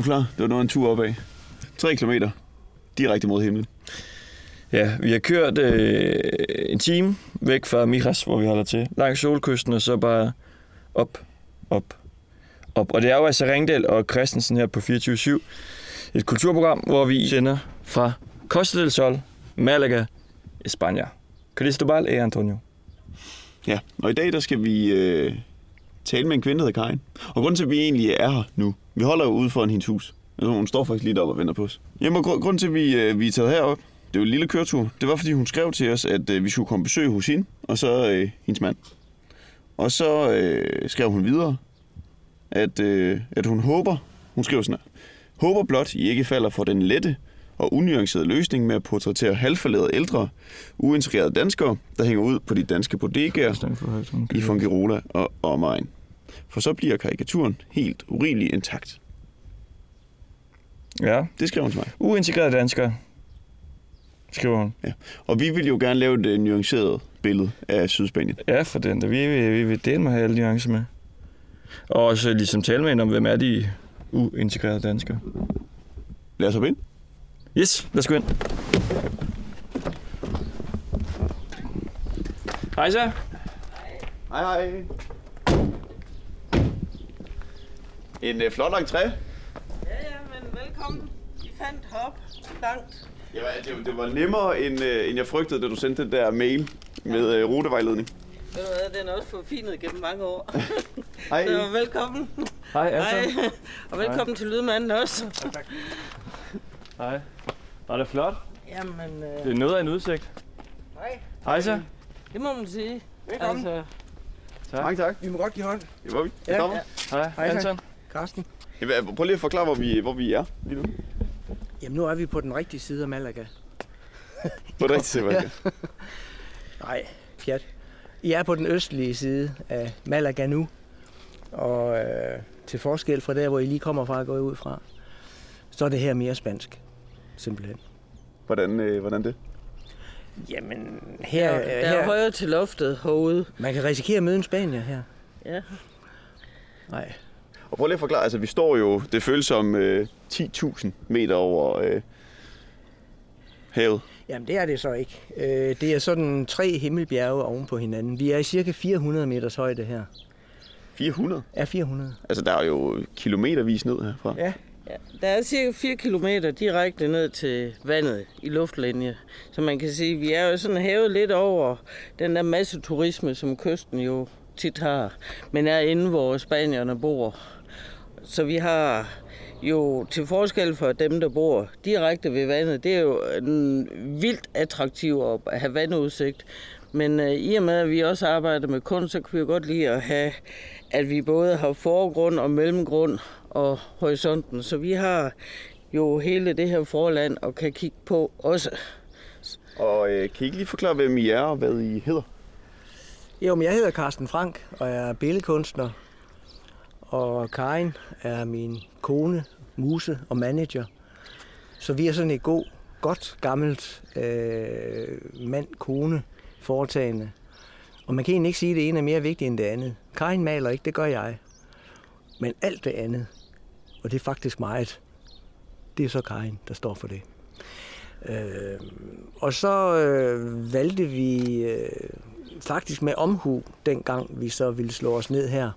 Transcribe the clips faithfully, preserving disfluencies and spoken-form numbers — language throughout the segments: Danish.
du klar? Det var noget en tur opad. Tre kilometer. Direkte mod himlen. Ja, vi har kørt øh, en time væk fra Mijas, hvor vi holder til. Langs solkysten, og så bare op, op, op. Og det er jo altså Ringdal og Christensen her på fireogtyve syv. Et kulturprogram, hvor vi sender fra Costa del Sol, Malaga, España. Cristobal e Antonio. Ja, og i dag der skal vi øh, tale med en kvinde, der hedder Karin. Og grunden til, at vi egentlig er her nu, vi holder jo ude foran hendes hus. Altså, hun står faktisk lige deroppe og venter på os. Jamen, og grunden til, at vi, øh, vi er taget herop, det var en lille køretur. Det var, fordi hun skrev til os, at øh, vi skulle komme besøge hos hende, og så øh, hendes mand. Og så øh, skrev hun videre, at, øh, at hun håber, hun skrev sådan her, håber blot, I ikke falder for den lette og unuancerede løsning med at portrættere halvforladede ældre, uintegrerede danskere, der hænger ud på de danske bodegaer i Fuengirola og omegn. For så bliver karikaturen helt urimelig intakt. Ja. Det skrev hun til mig. Uintegrerede danskere, skriver hun. Ja. Og vi vil jo gerne lave et uh, nuanceret billede af Sydspanien. Ja, for den der. Vi vil, vi vil dele med alle nuancer med. Og også ligesom tale med hende om, hvem er de uintegrerede danskere. Lad os hoppe ind. Yes, lad os gå ind. Hej så. Hej hej. En uh, flot entré. Ja, ja, men velkommen. I fandt hop langt. Ja, det, det var nemmere, end, uh, end jeg frygtede, da du sendte den der mail med uh, rutevejledning. Ved du hvad, den er også forfinet gennem mange år. Hej. Så velkommen. Hej, Anton. Hej. Og velkommen Hej. Til lydmanden også. Ja, tak. Hej. Var det flot? Jamen... Øh... Det er noget af en udsigt. Hej. Hej så. Det må man sige. Velkommen. Altså... Tak. Mange tak. Vi må godt give hånd. Det var vi. Ja. Ja. Hej, Hej Anton. Carsten. Ja, prøv lige at forklare, hvor vi, hvor vi er lige nu. Jamen, nu er vi på den rigtige side af Malaga. På den rigtige side af Malaga? Nej, pjat. I er på den østlige side af Malaga nu. Og øh, til forskel fra der, hvor I lige kommer fra og går ud fra, så er det her mere spansk. Simpelthen. Hvordan, øh, hvordan det? Jamen, her... Der, der er her, højere til loftet herude. Man kan risikere at møde en spanier her. Ja. Nej. Og prøv lige at forklare, altså vi står jo, det føles som øh, ti tusind meter over øh, havet. Jamen det er det så ikke. Øh, det er sådan tre himmelbjerge oven på hinanden. Vi er i cirka fire hundrede meters højde her. fire hundrede? Ja, fire hundrede. Altså der er jo kilometervis ned herfra. Ja. Ja, der er cirka fire kilometer direkte ned til vandet i luftlinje. Så man kan sige, at vi er jo sådan hævet lidt over den der masseturisme, som kysten jo tit har, men er inde, hvor spanierne bor. Så vi har jo til forskel for dem, der bor direkte ved vandet, det er jo en vildt attraktiv at have vandudsigt. Men uh, i og med, at vi også arbejder med kunst, så kan vi jo godt lide at have, at vi både har forgrund og mellemgrund og horisonten. Så vi har jo hele det her forland og kan kigge på også. Og øh, kan I ikke lige forklare, hvem I er og hvad I hedder? Jo, men jeg hedder Carsten Frank, og jeg er billedkunstner. Og Karin er min kone, muse og manager. Så vi er sådan et god, godt, gammelt øh, mand-kone foretagende. Og man kan egentlig ikke sige, at det ene er mere vigtigt end det andet. Karin maler ikke, det gør jeg. Men alt det andet, og det er faktisk meget, det er så Karin, der står for det. Øh, og så øh, valgte vi øh, faktisk med omhu, dengang vi så ville slå os ned her,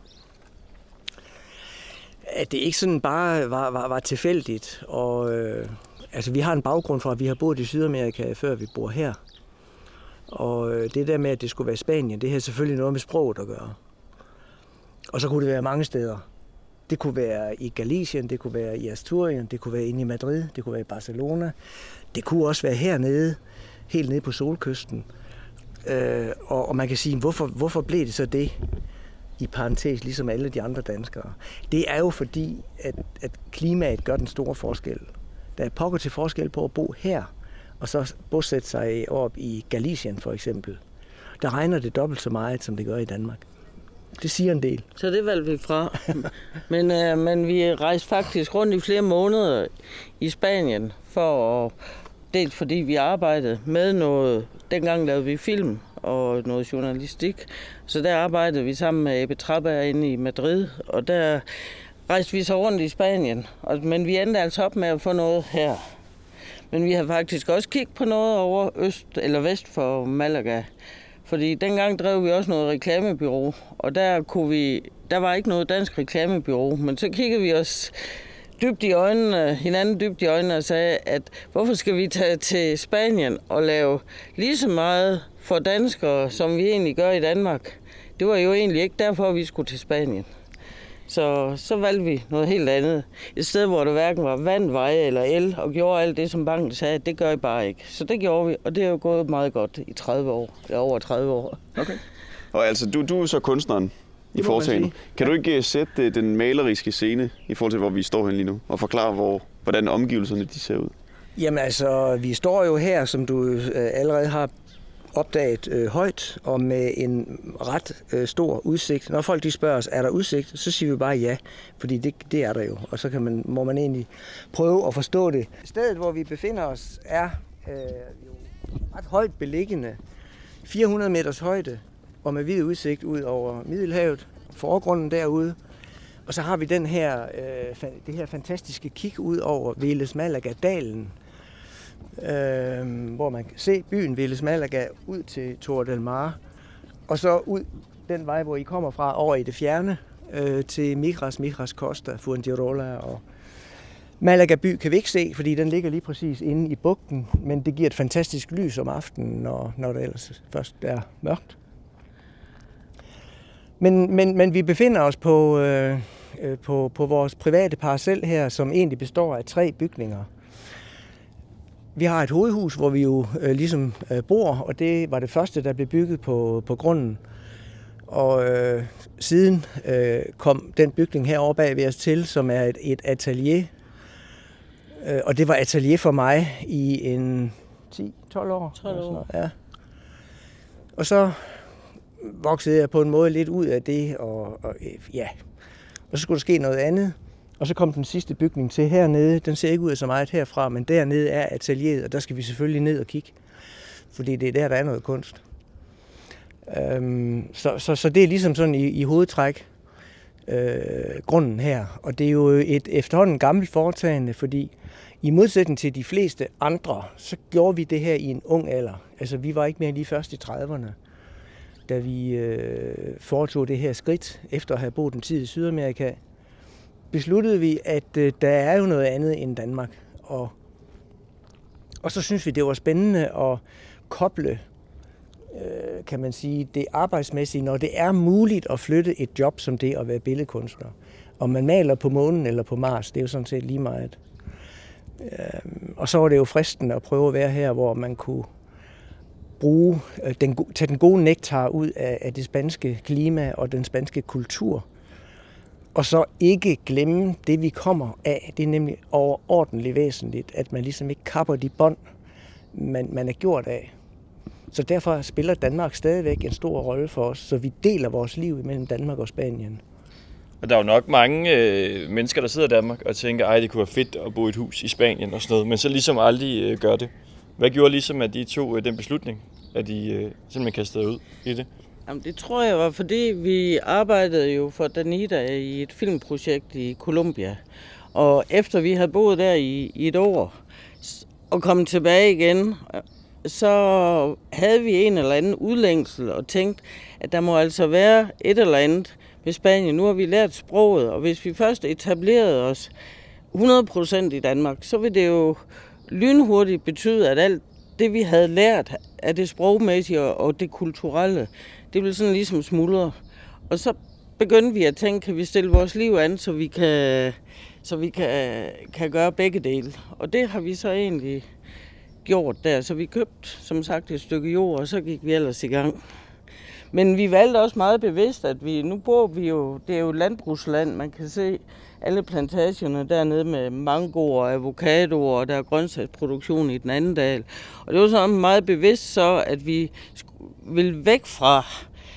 at det ikke sådan bare var, var, var tilfældigt. Og, øh, altså, vi har en baggrund fra, at vi har boet i Sydamerika, før vi bor her. Og øh, det der med, at det skulle være Spanien, det har selvfølgelig noget med sproget at gøre. Og så kunne det være mange steder. Det kunne være i Galicien, det kunne være i Asturien, det kunne være inde i Madrid, det kunne være i Barcelona. Det kunne også være hernede, helt nede på solkysten. Øh, og, og man kan sige, hvorfor, hvorfor blev det så det? I parentes, ligesom alle de andre danskere. Det er jo fordi, at, at klimaet gør den store forskel. Der er pokker til forskel på at bo her, og så bosætte sig op i Galicien for eksempel. Der regner det dobbelt så meget, som det gør i Danmark. Det siger en del. Så det valgte vi fra. men, øh, men vi rejste faktisk rundt i flere måneder i Spanien, for at, dels fordi vi arbejdede med noget, dengang lavede vi film og noget journalistik, så der arbejdede vi sammen med Ebbe Traberg inde i Madrid, og der rejste vi så rundt i Spanien, og, men vi endte altså op med at få noget her. Men vi har faktisk også kigget på noget over øst eller vest for Malaga. Fordi dengang drev vi også noget reklamebureau, og der, kunne vi, der var ikke noget dansk reklamebureau. Men så kiggede vi os dybt i øjnene, hinanden dybt i øjnene og sagde, at hvorfor skal vi tage til Spanien og lave lige så meget for danskere, som vi egentlig gør i Danmark? Det var jo egentlig ikke derfor, vi skulle til Spanien. Så, så valgte vi noget helt andet. Et sted, hvor der hverken var vand, veje eller el, og gjorde alt det, som banken sagde, det gør I bare ikke. Så det gjorde vi, og det er jo gået meget godt i tredive år, eller over tredive år. Okay. Og altså, du, du er så kunstneren i foretagendet. Kan du ikke sætte den maleriske scene i forhold til, hvor vi står hen lige nu, og forklare, hvor, hvordan omgivelserne de ser ud? Jamen altså, vi står jo her, som du øh, allerede har opdaget øh, højt og med en ret øh, stor udsigt. Når folk de spørger os, er der udsigt, så siger vi bare ja, fordi det, det er der jo. Og så kan man, må man egentlig prøve at forstå det. Stedet, hvor vi befinder os, er øh, jo ret højt beliggende. fire hundrede meters højde og med vid udsigt ud over Middelhavet. Forgrunden derude. Og så har vi den her, øh, det her fantastiske kig ud over Vélez Málaga-dalen. Øh, hvor man kan se byen Vélez Málaga ud til Torre del Mar, og så ud den vej, hvor I kommer fra, over i det fjerne, øh, til Migras, Migras Costa, Fuengirola og Malaga by kan vi ikke se, fordi den ligger lige præcis inde i bugten, men det giver et fantastisk lys om aftenen, når, når det ellers først er mørkt. Men, men, men vi befinder os på, øh, på, på vores private parcel her, som egentlig består af tre bygninger. Vi har et hovedhus, hvor vi jo øh, ligesom øh, bor, og det var det første, der blev bygget på, på grunden. Og øh, siden øh, kom den bygning herovre bag ved os til, som er et, et atelier. Øh, og det var atelier for mig i en ti tolv år. tolv år. Ja. Og så voksede jeg på en måde lidt ud af det, og, og ja, og så skulle der ske noget andet. Og så kom den sidste bygning til hernede. Den ser ikke ud af så meget herfra, men dernede er atelieret, og der skal vi selvfølgelig ned og kigge. Fordi det er der, der er noget kunst. Øhm, så, så, så det er ligesom sådan i, i hovedtræk øh, grunden her. Og det er jo et efterhånden gammelt foretagende, fordi i modsætning til de fleste andre, så gjorde vi det her i en ung alder. Altså vi var ikke mere lige først i trediverne, da vi øh, foretog det her skridt, efter at have boet en tid i Sydamerika. Besluttede vi, at øh, der er jo noget andet end Danmark. Og, og så synes vi, det var spændende at koble, øh, kan man sige, det arbejdsmæssige, når det er muligt at flytte et job som det at være billedkunstner. Om man maler på månen eller på Mars, det er jo sådan set lige meget. Øh, og så var det jo fristende at prøve at være her, hvor man kunne bruge, øh, den, tage den gode nektar ud af, af det spanske klima og den spanske kultur. Og så ikke glemme det, vi kommer af. Det er nemlig overordentligt væsentligt, at man ligesom ikke kapper de bånd, man, man er gjort af. Så derfor spiller Danmark stadigvæk en stor rolle for os, så vi deler vores liv mellem Danmark og Spanien. Og der er jo nok mange øh, mennesker, der sidder i Danmark og tænker, ej, det kunne være fedt at bo i et hus i Spanien og sådan noget, men så ligesom aldrig øh, gør det. Hvad gjorde ligesom, at de tog øh, den beslutning, at de øh, simpelthen kastede ud i det? Jamen, det tror jeg var, fordi vi arbejdede jo for Danida i et filmprojekt i Colombia. Og efter vi havde boet der i, i et år og kom tilbage igen, så havde vi en eller anden udlængsel og tænkt, at der må altså være et eller andet ved Spanien. Nu har vi lært sproget, og hvis vi først etablerede os hundrede procent i Danmark, så vil det jo lynhurtigt betyde, at alt det, vi havde lært af det sprogmæssige og det kulturelle, det ville sådan ligesom smuldre. Og så begyndte vi at tænke, kan vi stille vores liv an, så vi kan, så vi kan, kan gøre begge dele. Og det har vi så egentlig gjort der. Så vi købte, som sagt, et stykke jord, og så gik vi ellers i gang. Men vi valgte også meget bevidst, at vi, nu bor vi jo, det er jo landbrugsland, man kan se alle plantagerne dernede med mangoer og avocadoer, og der er grøntsagsproduktion i den anden dal. Og det var så meget bevidst så, at vi ville væk fra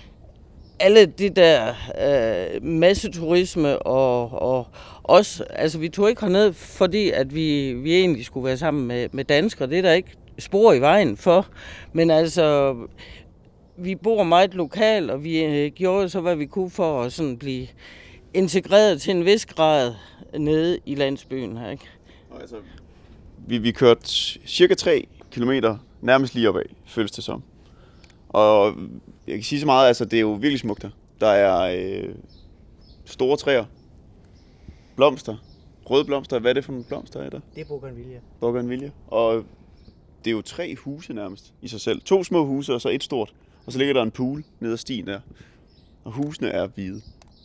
alle de der øh, masseturisme og, og også, altså vi tog ikke herned, fordi at vi, vi egentlig skulle være sammen med, med danskere. Det er der ikke spor i vejen for, men altså vi bor meget lokalt, og vi øh, gjorde så, hvad vi kunne for at sådan blive integreret til en vis grad nede i landsbyen her, ikke? Altså, vi, vi kørte cirka tre kilometer nærmest lige opad, føles det som. Og jeg kan sige så meget, altså det er jo virkelig smukt her. Der er øh, store træer, blomster, røde blomster. Hvad er det for nogle blomster, er der? Det er bougainvillea. Bougainvillea. Og det er jo tre huse nærmest i sig selv. To små huse og så et stort. Og så ligger der en pool nede ad stien der. Og husene er hvide.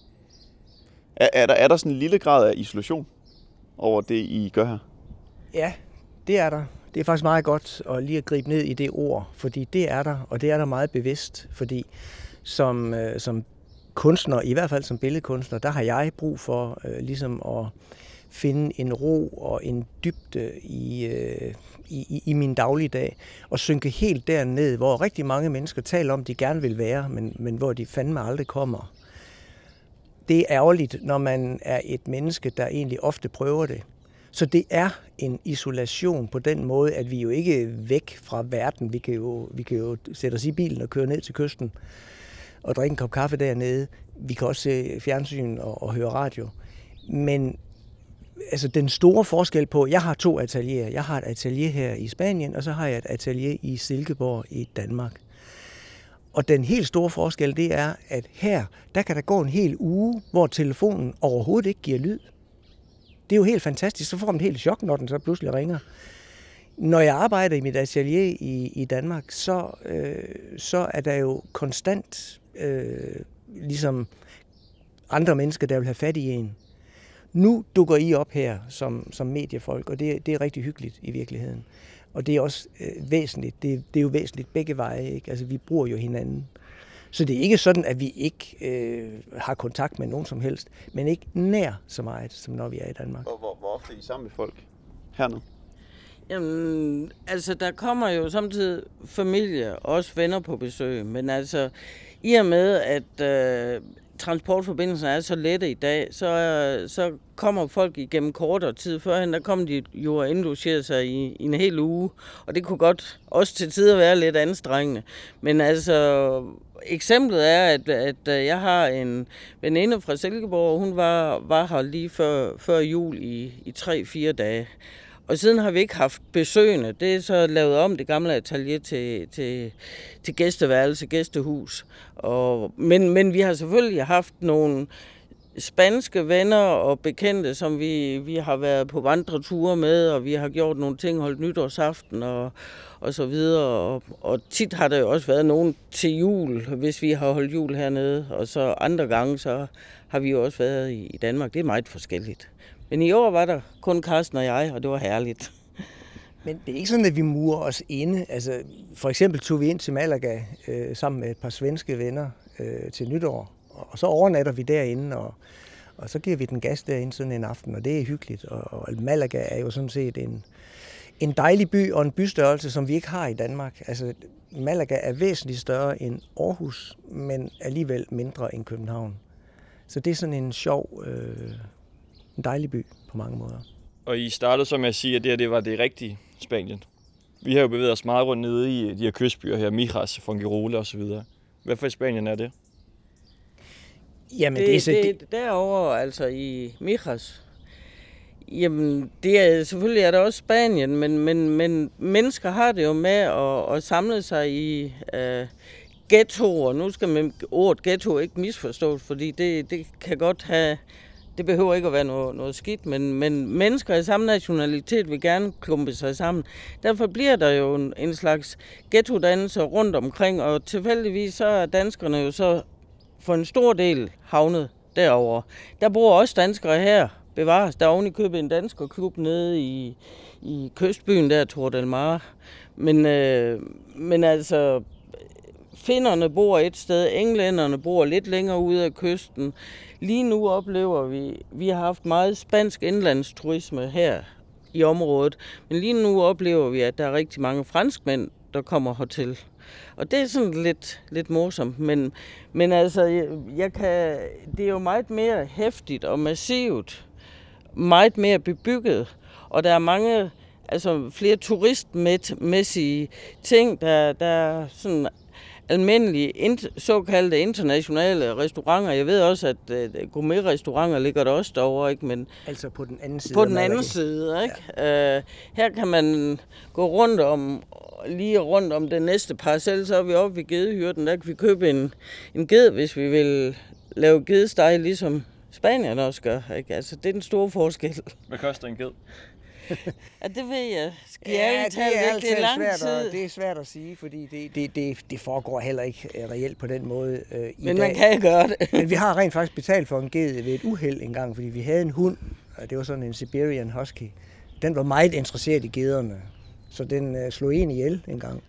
Er, er, der, er der sådan en lille grad af isolation over det, I gør her? Ja, det er der. Det er faktisk meget godt at lige at gribe ned i det ord, fordi det er der, og det er der meget bevidst, fordi som, øh, som kunstner, i hvert fald som billedkunstner, der har jeg brug for øh, ligesom at finde en ro og en dybde i, øh, i, i min dagligdag, og synke helt derned, hvor rigtig mange mennesker taler om, de gerne vil være, men, men hvor de fandme aldrig kommer. Det er ærgerligt, når man er et menneske, der egentlig ofte prøver det. Så det er en isolation på den måde, at vi jo ikke er væk fra verden. Vi kan jo, vi kan jo sætte os i bilen og køre ned til kysten og drikke en kop kaffe dernede. Vi kan også se fjernsyn og, og høre radio. Men altså, den store forskel på, jeg har to atelierer. Jeg har et atelier her i Spanien, og så har jeg et atelier i Silkeborg i Danmark. Og den helt store forskel, det er, at her, der kan der gå en hel uge, hvor telefonen overhovedet ikke giver lyd. Det er jo helt fantastisk. Så får man et helt chok, når den så pludselig ringer. Når jeg arbejder i mit atelier i, i Danmark, så, øh, så er der jo konstant øh, ligesom andre mennesker, der vil have fat i en. Nu dukker I op her som, som mediefolk, og det, det er rigtig hyggeligt i virkeligheden. Og det er også øh, væsentligt. Det, det er jo væsentligt begge veje, ikke? Altså, vi bruger jo hinanden. Så det er ikke sådan, at vi ikke øh, har kontakt med nogen som helst, men ikke nær så meget, som når vi er i Danmark. Og hvor, hvor ofte er I sammen med folk hernede? Jamen, altså der kommer jo samtidig familie og også venner på besøg, men altså i og med, at øh, transportforbindelsen er så lette i dag, så, øh, så kommer folk igennem kortere tid. Førhen der kom de jo og indlogerede sig i, i en hel uge, og det kunne godt også til tider være lidt anstrengende. Men altså, eksemplet er, at, at jeg har en veninde fra Silkeborg, hun var, var her lige før, før jul i, i tre-fire dage. Og siden har vi ikke haft besøgende. Det er så lavet om det gamle atelier til, til, til gæsteværelse, gæstehus. Og, men, men vi har selvfølgelig haft nogle spanske venner og bekendte, som vi, vi har været på vandreture med, og vi har gjort nogle ting, holdt nytårsaften og, og så videre. Og, og tit har der jo også været nogen til jul, hvis vi har holdt jul hernede. Og så andre gange, så har vi jo også været i, i Danmark. Det er meget forskelligt. Men i år var der kun Carsten og jeg, og det var herligt. Men det er ikke sådan, at vi murer os inde. Altså, for eksempel tog vi ind til Malaga øh, sammen med et par svenske venner øh, til nytår, og så overnatter vi derinde, og, og så giver vi den gas derinde sådan en aften, og det er hyggeligt. Og, og Malaga er jo sådan set en, en dejlig by og en bystørrelse, som vi ikke har i Danmark. Altså, Malaga er væsentligt større end Aarhus, men alligevel mindre end København. Så det er sådan en sjov... Øh, En dejlig by på mange måder. Og I startede så med at sige, at det her det var det rigtige Spanien. Vi har jo bevæget os meget rundt nede i de her kystbyer her, Mijas, Fuengirola og så videre. Hvad for i Spanien er det? Jamen, det, det er så... Det, det, derovre, altså i Mijas, jamen, det er, selvfølgelig er der også Spanien, men, men, men mennesker har det jo med at, at samle sig i uh, ghettoer. Nu skal man ordet ghetto ikke misforstås, fordi det, det kan godt have... Det behøver ikke at være noget, noget skidt, men, men mennesker af samme nationalitet vil gerne klumpe sig sammen. Derfor bliver der jo en, en slags ghettodannelse rundt omkring, og tilfældigvis så er danskerne jo så for en stor del havnet derovre. Der bor også danskere her, bevares. Der er oven i købet en danskerklub nede i, i kystbyen der, Tor del Mar. Men, øh, men altså... Finnerne bor et sted, englænderne bor lidt længere ude af kysten. Lige nu oplever vi, vi har haft meget spansk indlandsturisme her i området, men lige nu oplever vi, at der er rigtig mange franskmænd, der kommer hertil. Og det er sådan lidt, lidt morsomt, men, men altså, jeg, jeg kan, det er jo meget mere heftigt og massivt, meget mere bebygget, og der er mange, altså flere turistmæssige ting, der, der sådan almindelige int- såkaldte internationale restauranter. Jeg ved også, at uh, gourmet-restauranter ligger der også derovre, ikke? Men Altså på den anden side. på den anden side, ikke? Ja. Uh, her kan man gå rundt om, lige rundt om den næste parcel, så er vi oppe ved gedehyrden. Der kan vi købe en, en ged, hvis vi vil lave gedesteg, ligesom Spanien også gør, ikke? Altså, det er den store forskel. Hvad koster en ged? Ja, det ved jeg. Skal Ja, jeg det er det er lang svært, tid. at, det er svært at sige, fordi det, det, det, det foregår heller ikke uh, reelt på den måde uh, i Men dag. man kan gøre det. Men vi har rent faktisk betalt for en ged ved et uheld engang, fordi vi havde en hund, og det var sådan en Siberian Husky. Den var meget interesseret i gederne, så den uh, slog en ihjel en gang.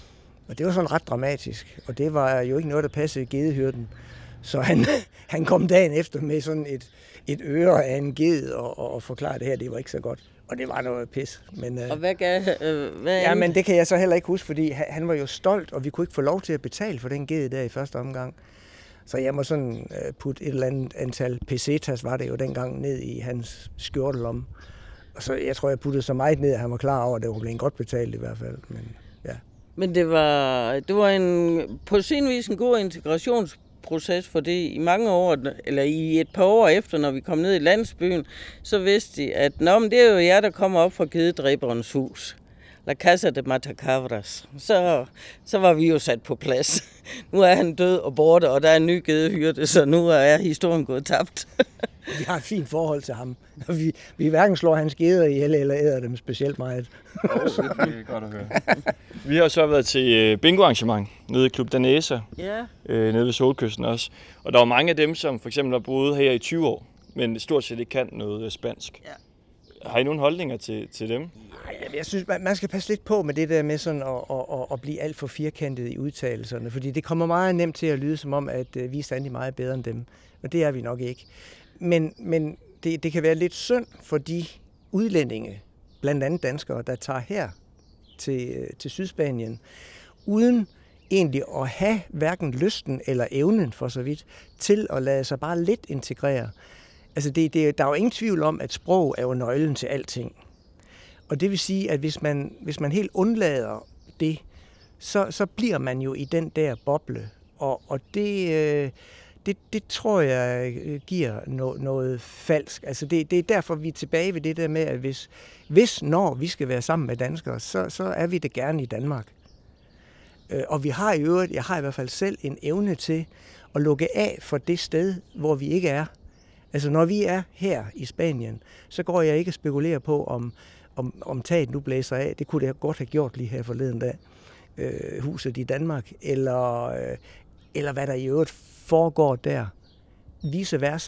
Og det var sådan ret dramatisk, og det var jo ikke noget, der passede gedehyrden. Så han, han kom dagen efter med sådan et, et øre af en ged og, og, og forklarede det her, det var ikke så godt. Og det var noget pis. Men, Og hvad gav... Øh, hvad ja, men det kan jeg så heller ikke huske, fordi han, han var jo stolt, og vi kunne ikke få lov til at betale for den ged der i første omgang. Så jeg må sådan uh, putte et eller andet antal pesetas, var det jo dengang, ned i hans skjortelomme. Og så jeg tror, jeg puttede så meget ned, at han var klar over, at det var blevet godt betalt i hvert fald. Men, ja. Men det var, det var en, på sin vis en god integrationsproces, for det i mange år, eller i et par år efter, når vi kom ned i landsbyen, så vidste de, at Nå, men det er jo jer, der kommer op fra gededræberens hus. La Casa de Matacabras. Så, så var vi jo sat på plads. Nu er han død og borte, og der er en ny gedehyrde, så nu er historien gået tabt. Vi har et fint forhold til ham. Vi, vi hverken slår hans geder ihjel eller æder dem specielt meget. Det er godt at høre. Vi har så været til bingoarrangement nede i Club Danesa, Ja. øh, nede ved Solkysten også. Og der var mange af dem, som for eksempel har boet her i tyve år, men stort set ikke kan noget spansk. Ja. Har I nogle holdninger til, til dem? Ej, jeg synes, man, man skal passe lidt på med det der med sådan at, at, at, at blive alt for firkantet i udtalelserne, fordi det kommer meget nemt til at lyde som om, at vi er sandelig meget bedre end dem, og det er vi nok ikke. Men, men det, det kan være lidt synd for de udlændinge, blandt andet danskere, der tager her til, til Sydspanien, uden egentlig at have hverken lysten eller evnen for så vidt, til at lade sig bare lidt integrere. Altså det, det, der er jo ingen tvivl om, at sprog er jo nøglen til alting. Og det vil sige, at hvis man, hvis man helt undlader det, så, så bliver man jo i den der boble. Og, og det, det, det tror jeg giver no, noget falsk. Altså det, det er derfor, vi er tilbage ved det der med, at hvis, hvis når vi skal være sammen med danskere, så, så er vi det gerne i Danmark. Og vi har i øvrigt, jeg har i hvert fald selv en evne til at lukke af for det sted, hvor vi ikke er. Altså når vi er her i Spanien, så går jeg ikke at spekulere på, om, om, om taget nu blæser af. Det kunne det godt have gjort lige her forleden dag. Øh, huset i Danmark, eller, øh, eller hvad der i øvrigt foregår der. Vice versa.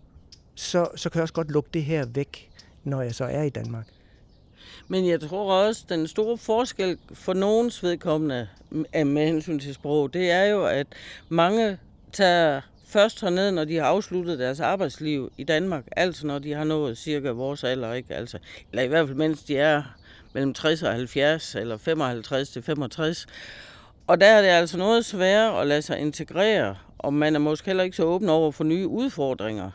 Så, så kan jeg også godt lukke det her væk, når jeg så er i Danmark. Men jeg tror også, at den store forskel for nogens vedkommende med hensyn til sprog, det er jo, at mange tager først herned, når de har afsluttet deres arbejdsliv i Danmark, altså når de har nået cirka vores alder, ikke? Altså, eller i hvert fald mens de er mellem tres og halvfjerds, eller femoghalvtreds til femogtres. Og der er det altså noget sværere at lade sig integrere, og man er måske heller ikke så åben over for nye udfordringer,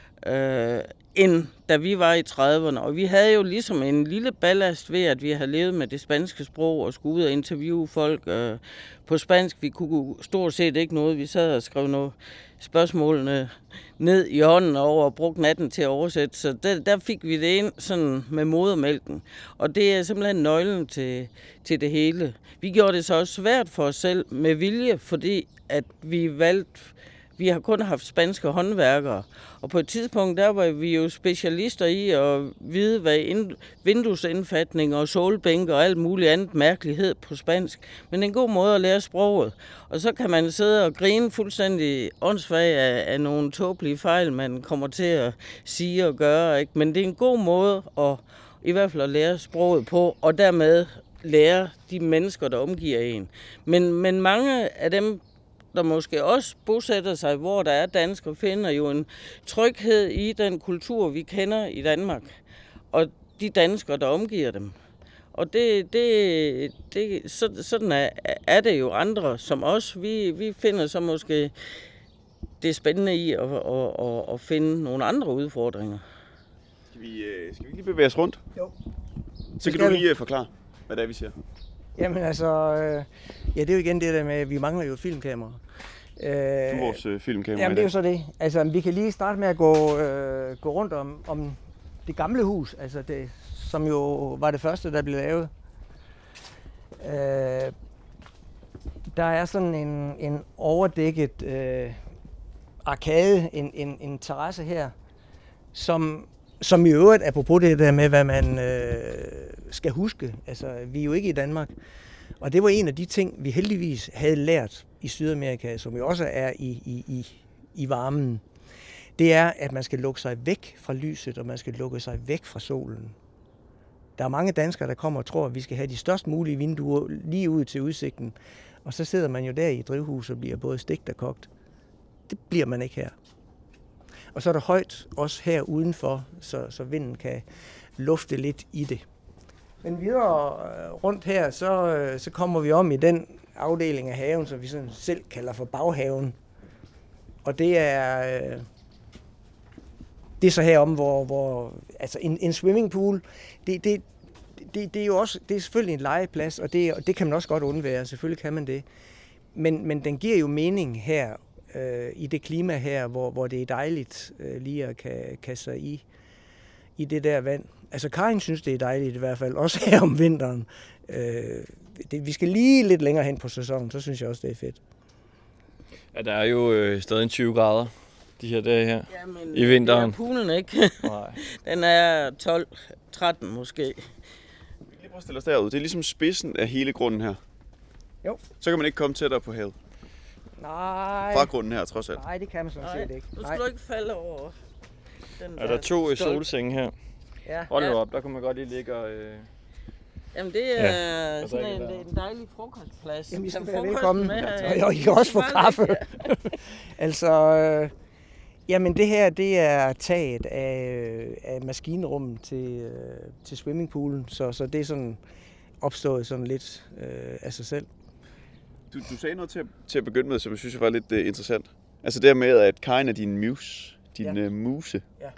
øh, end da vi var i trediverne. Og vi havde jo ligesom en lille ballast ved, at vi havde levet med det spanske sprog og skulle ud og interviewe folk øh, på spansk. Vi kunne stort set ikke noget. Vi sad og skrev noget spørgsmålene ned i hånden over og brugte natten til at oversætte. Så der, der fik vi det ind sådan med modermælken. Og det er simpelthen nøglen til, til det hele. Vi gjorde det så også svært for os selv med vilje, fordi at vi valgte, vi har kun haft spanske håndværkere. Og på et tidspunkt, der var vi jo specialister i at vide, hvad ind, vinduesindfatning og solbænke og alt muligt andet mærkelighed på spansk. Men det er en god måde at lære sproget. Og så kan man sidde og grine fuldstændig åndssvagt af, af nogle tåbelige fejl, man kommer til at sige og gøre. Ikke? Men det er en god måde at, i hvert fald at lære sproget på, og dermed lære de mennesker, der omgiver en. Men, men mange af dem, der måske også bosætter sig, hvor der er danskere, finder jo en tryghed i den kultur, vi kender i Danmark, og de danskere, der omgiver dem. Og det, det, det, sådan er, er det jo andre som os. Vi, vi finder så måske det spændende i at, at, at, at finde nogle andre udfordringer. Skal vi, skal vi lige bevæge os rundt? Jo. Så kan du lige forklare, hvad det er, vi siger. Jamen altså, øh, ja, det er jo igen det der med, at vi mangler jo et filmkamera. Du er vores øh, filmkamera. Jamen det er jo så det. Altså, vi kan lige starte med at gå, øh, gå rundt om, om det gamle hus, altså det, som jo var det første, der blev lavet. Øh, der er sådan en, en overdækket øh, arkade, en, en, en terrasse her, som, som i øvrigt, apropos det der med, hvad man øh, skal huske, altså vi er jo ikke i Danmark, og det var en af de ting, vi heldigvis havde lært i Sydamerika, som jo også er i, i, i, i varmen, det er, at man skal lukke sig væk fra lyset, og man skal lukke sig væk fra solen. Der er mange danskere, der kommer og tror, at vi skal have de størst mulige vinduer lige ud til udsigten, og så sidder man jo der i drivhus og bliver både stegt og kogt. Det bliver man ikke her. Og så er der højt også her udenfor, så, så vinden kan lufte lidt i det. Men videre rundt her, så, så kommer vi om i den afdeling af haven, som vi sådan selv kalder for baghaven. Og det er, det er så herom, hvor, hvor altså en, en swimmingpool, det, det, det, det er jo også, det er selvfølgelig en legeplads, og det, og det kan man også godt undvære, selvfølgelig kan man det. Men, men den giver jo mening her, øh, i det klima her, hvor, hvor det er dejligt øh, lige at kan kaste sig i, i det der vand. Altså Karin synes, det er dejligt i hvert fald, også her om vinteren. Øh, det, vi skal lige lidt længere hen på sæsonen, så synes jeg også, det er fedt. Ja, der er jo øh, stadig tyve grader de her dage her. Jamen, i vinteren. Det er poolen ikke. Nej. Den er tolv tretten måske. Vi kan lige prøve at stille os derud. Det er ligesom spidsen af hele grunden her. Jo. Så kan man ikke komme tættere på havet. Nej. Fra grunden her, trods alt. Nej, det kan man sådan set ikke. Nu skal du ikke falde over den Er der to øh, solsenge her? Ja. Hold nu Ja. op, der kunne man godt lige ligge og... Øh... Jamen det er Ja, ja, sådan drikke en, der. en dejlig frokostplads. Jamen, I skal Tag være frokosten velkommen. med her. Og I kan også få kaffe. altså, øh, jamen det her, det er taget af, af maskinrummet til, øh, til swimmingpoolen, så, så det er sådan opstået sådan lidt øh, af sig selv. Du, du sagde noget til, til at begynde med, som jeg synes var lidt uh, interessant. Altså det her med, at Karin er din muse, din Ja. ja. uh, muse. Ja.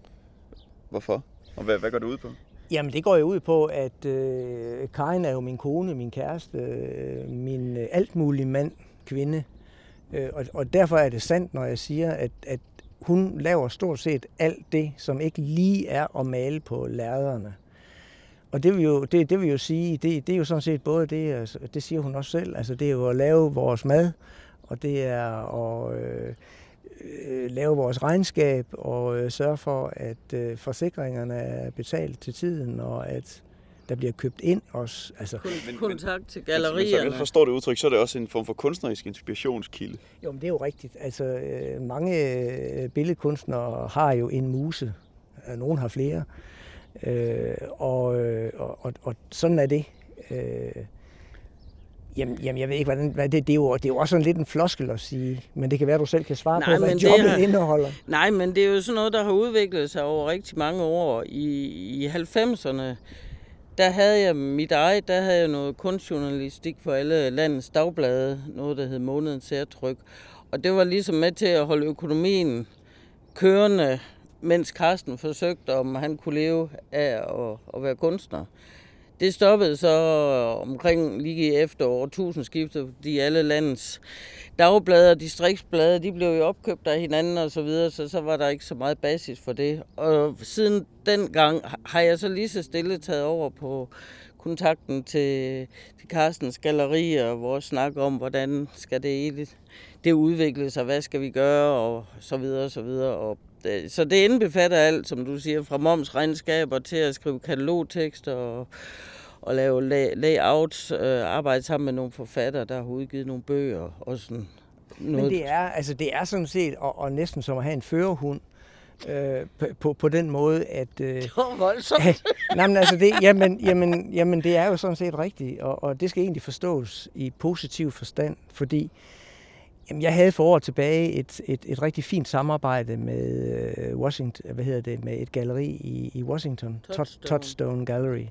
Hvorfor? Og hvad, hvad går det ud på? Jamen det går jo ud på, at øh, Karin er jo min kone, min kæreste, øh, min øh, alt mulig mand, kvinde. Øh, og, og derfor er det sandt, når jeg siger, at, at hun laver stort set alt det, som ikke lige er at male på lærrederne. Og det vil jo, det, det vil jo sige, det, det er jo sådan set både det, altså, det siger hun også selv, altså det er jo at lave vores mad, og det er at øh, øh, lave vores regnskab og øh, sørge for, at øh, forsikringerne er betalt til tiden, og at der bliver købt ind også. Altså, Men, kontakt til Men gallerierne. som jeg forstår det udtryk, så er det også en form for kunstnerisk inspirationskilde. jo, men det er jo rigtigt. Altså, øh, mange øh, billedkunstnere har jo en muse, nogen har flere, øh, og, øh, og, og, og sådan er det. Øh, Jamen, jamen, jeg ved ikke, hvordan hvad det, det, er jo, det er jo også sådan lidt en floskel at sige, men det kan være, at du selv kan svare Nej, på, hvad men det jobbet har- indeholder. Nej, men det er jo sådan noget, der har udviklet sig over rigtig mange år. I, i halvfemserne, der havde jeg mit eget, der havde jeg noget kunstjournalistik for alle landets dagblade, noget der hed Månedens Særtryk. Og det var ligesom med til at holde økonomien kørende, mens Carsten forsøgte, om han kunne leve af at, at være kunstner. Det stoppede så omkring lige efter årtusindskiftet, fordi alle landets dagblade og distriktsblade, de blev jo opkøbt af hinanden og så videre, så så var der ikke så meget basis for det. Og siden dengang har jeg så lige så stille taget over på kontakten til, til Carstens gallerier, og vores snak om, hvordan skal det hele det udvikle sig, hvad skal vi gøre, og så videre og så videre. Og det, så det indbefatter alt, som du siger, fra momsregnskaber til at skrive katalogtekster og, og lave lay, layouts, øh, arbejde sammen med nogle forfattere, der har udgivet nogle bøger og sådan noget. Men det er, altså, det er sådan set, og, og næsten som at have en førerhund, øh, på, på, på den måde, at... Øh, Det var voldsomt. nej, men altså, det, jamen, jamen, jamen, det er jo sådan set rigtigt, og, og det skal egentlig forstås i positiv forstand, fordi jamen, jeg havde for år tilbage et, et, et rigtig fint samarbejde med øh, Washington, hvad hedder det, med et galleri i, i Washington, Touchstone. Touchstone Gallery.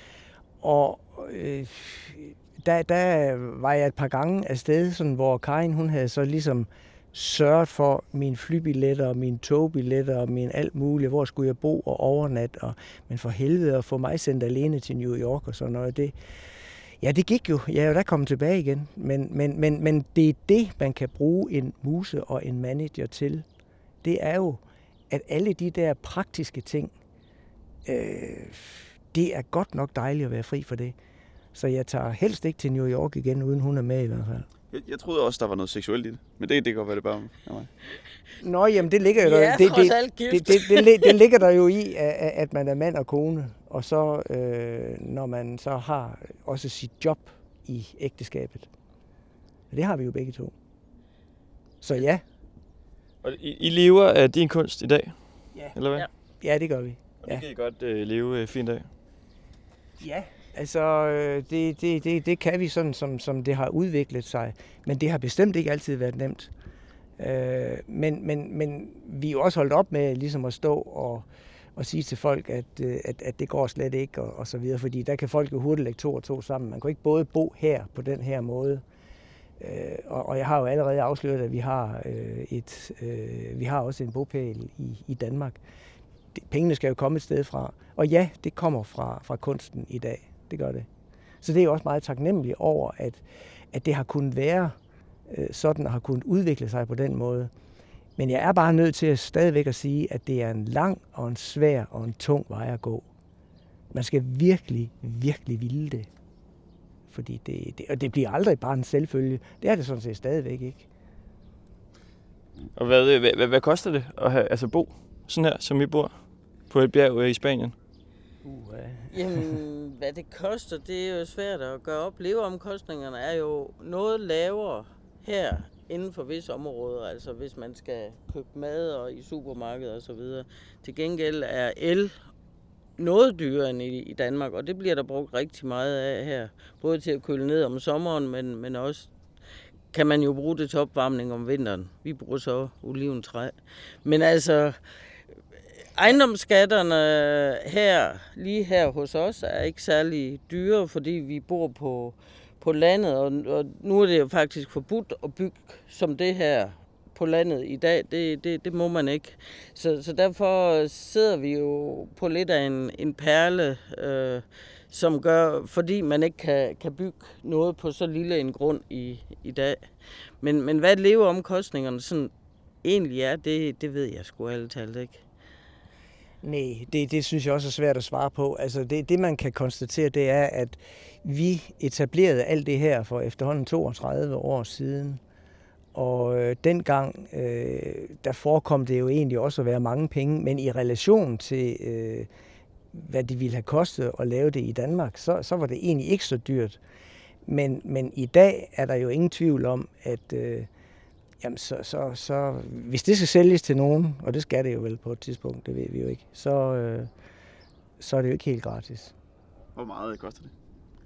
Og øh, der, der var jeg et par gange afsted, sådan, hvor Karin, hun havde så ligesom sørget for mine flybilletter og mine togbilletter og min alt muligt, hvor skulle jeg bo og overnatte, og, men for helvede at få mig sendt alene til New York og sådan noget, det, Ja, det gik jo. Jeg er jo der kommet tilbage igen. Men, men, men, men det er det, man kan bruge en muse og en manager til. Det er jo, at alle de der praktiske ting, øh, det er godt nok dejligt at være fri for det. Så jeg tager helst ikke til New York igen, uden hun er med i hvert fald. Jeg, jeg troede også, der var noget seksuelt i det. Men det, det kan godt være, det bare om mig. Nå, jamen det ligger jo Ja, der, det, trods det, alt gift. det, det, det, det, det ligger der jo i, at, at man er mand og kone. Og så, øh, når man så har også sit job i ægteskabet. Det har vi jo begge to. Så ja. Og I, I lever af din kunst i dag? Ja. Eller hvad? Ja. Ja, det gør vi. Og det Ja. kan I godt øh, leve øh, fint af? Ja, altså øh, det, det, det, det kan vi sådan, som, som det har udviklet sig. Men det har bestemt ikke altid været nemt. Øh, men, men, men vi er jo også holdt op med ligesom at stå og, og sige til folk, at, at, at det går slet ikke, og, og så videre. Fordi der kan folk jo hurtigt lægge to og to sammen. Man kan ikke både bo her på den her måde. Øh, og, og jeg har jo allerede afsløret, at vi har, øh, et, øh, vi har også en bopæl i, i Danmark. Det, pengene skal jo komme et sted fra. Og ja, det kommer fra, fra kunsten i dag. Det gør det. Så det er jo også meget taknemmelig over, at, at det har kunnet være øh, sådan, og har kunnet udvikle sig på den måde. Men jeg er bare nødt til at stadigvæk at sige, at det er en lang og en svær og en tung vej at gå. Man skal virkelig, virkelig ville det. Fordi det, det, og det bliver aldrig bare en selvfølge. Det er det sådan set stadigvæk ikke. Og hvad, hvad, hvad, hvad koster det at have, altså bo sådan her, som I bor på et bjerg i Spanien? Uh, Jamen, hvad det koster, det er jo svært at gøre op. Leveomkostningerne er jo noget lavere her inden for visse områder, altså hvis man skal købe mad og i supermarkedet og så videre. Til gengæld er el noget dyrere end i, i Danmark, og det bliver der brugt rigtig meget af her. Både til at køle ned om sommeren, men, men også kan man jo bruge det til opvarmning om vinteren. Vi bruger så oliventræ. Men altså, ejendomsskatterne her, lige her hos os, er ikke særlig dyre, fordi vi bor på, på landet, og, og nu er det jo faktisk forbudt at bygge som det her på landet i dag. Det, det, det må man ikke. Så, så derfor sidder vi jo på lidt af en, en perle, øh, som gør, fordi man ikke kan, kan bygge noget på så lille en grund i, i dag. Men, men hvad leveomkostningerne sådan egentlig er, det, det ved jeg sgu ærligt talt ikke. Nej, det, det synes jeg også er svært at svare på. Altså det, det, man kan konstatere, det er, at vi etablerede alt det her for efterhånden toogtredive år siden. Og øh, dengang, øh, der forekom det jo egentlig også at være mange penge, men i relation til, øh, hvad det ville have kostet at lave det i Danmark, så, så var det egentlig ikke så dyrt. Men, men i dag er der jo ingen tvivl om, at øh, jamen så, så, så, hvis det skal sælges til nogen, og det skal det jo vel på et tidspunkt, det ved vi jo ikke, så, øh, så er det jo ikke helt gratis. Hvor meget koster det?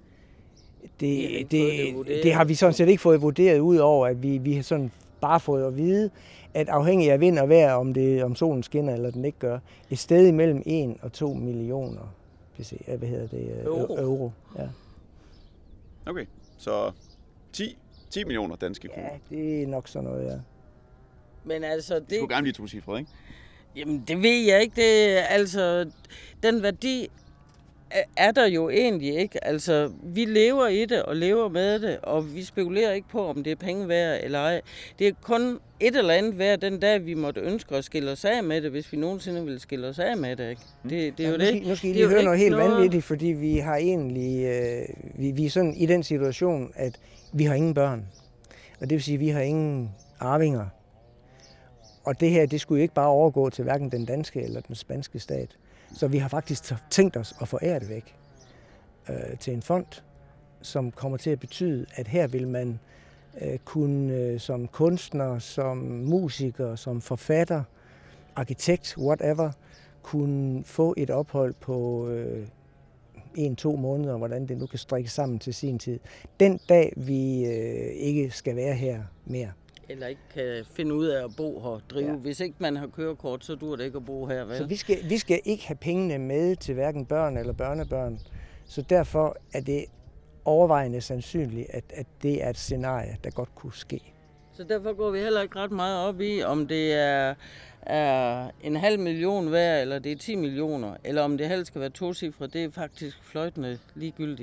Det, det, det, det, det har vi sådan set ikke fået vurderet, ud over at vi, vi har sådan bare fået at vide, at afhængig af vind og vejr, om, det, om solen skinner eller den ikke gør, et sted imellem en og to millioner hvad hedder det, euro. euro. Ja. Okay, så ti, ti millioner danske kroner. Ja, det er nok sådan noget, ja. Men altså, det, Det skulle gerne blive tocifret, ikke? jamen, det ved jeg ikke. Det, altså, den værdi er- er der jo egentlig ikke. Altså, vi lever i det og lever med det, og vi spekulerer ikke på, om det er penge værd eller ej. Det er kun et eller andet værd den dag, vi måtte ønske at skille os af med det, hvis vi nogensinde ville skille os af med det. Ikke? Det, det er jo nu det. Skal, nu skal I Det er lige jo høre ikke noget helt noget- vanvittigt, fordi vi har egentlig, øh, vi, vi er sådan i den situation, at vi har ingen børn. Og det vil sige, at vi har ingen arvinger. Og det her, det skulle jo ikke bare overgå til hverken den danske eller den spanske stat. Så vi har faktisk tænkt os at forære det væk øh, til en fond, som kommer til at betyde, at her vil man øh, kunne øh, som kunstner, som musiker, som forfatter, arkitekt, whatever, kunne få et ophold på øh, en, to måneder, hvordan det nu kan strikkes sammen til sin tid. Den dag, vi øh, ikke skal være her mere. Eller ikke kan finde ud af at bo her, drive. Ja. Ja. Hvis ikke man har kørekort, så dur det ikke at bo her, vel? Så vi skal, vi skal ikke have pengene med til hverken børn eller børnebørn. Så derfor er det overvejende sandsynligt, at, at det er et scenarie, der godt kunne ske. Så derfor går vi heller ikke ret meget op i, om det er, er en halv million værd, eller det er ti millioner, eller om det helst skal være tocifret. Det er faktisk fløjtende ligegyldigt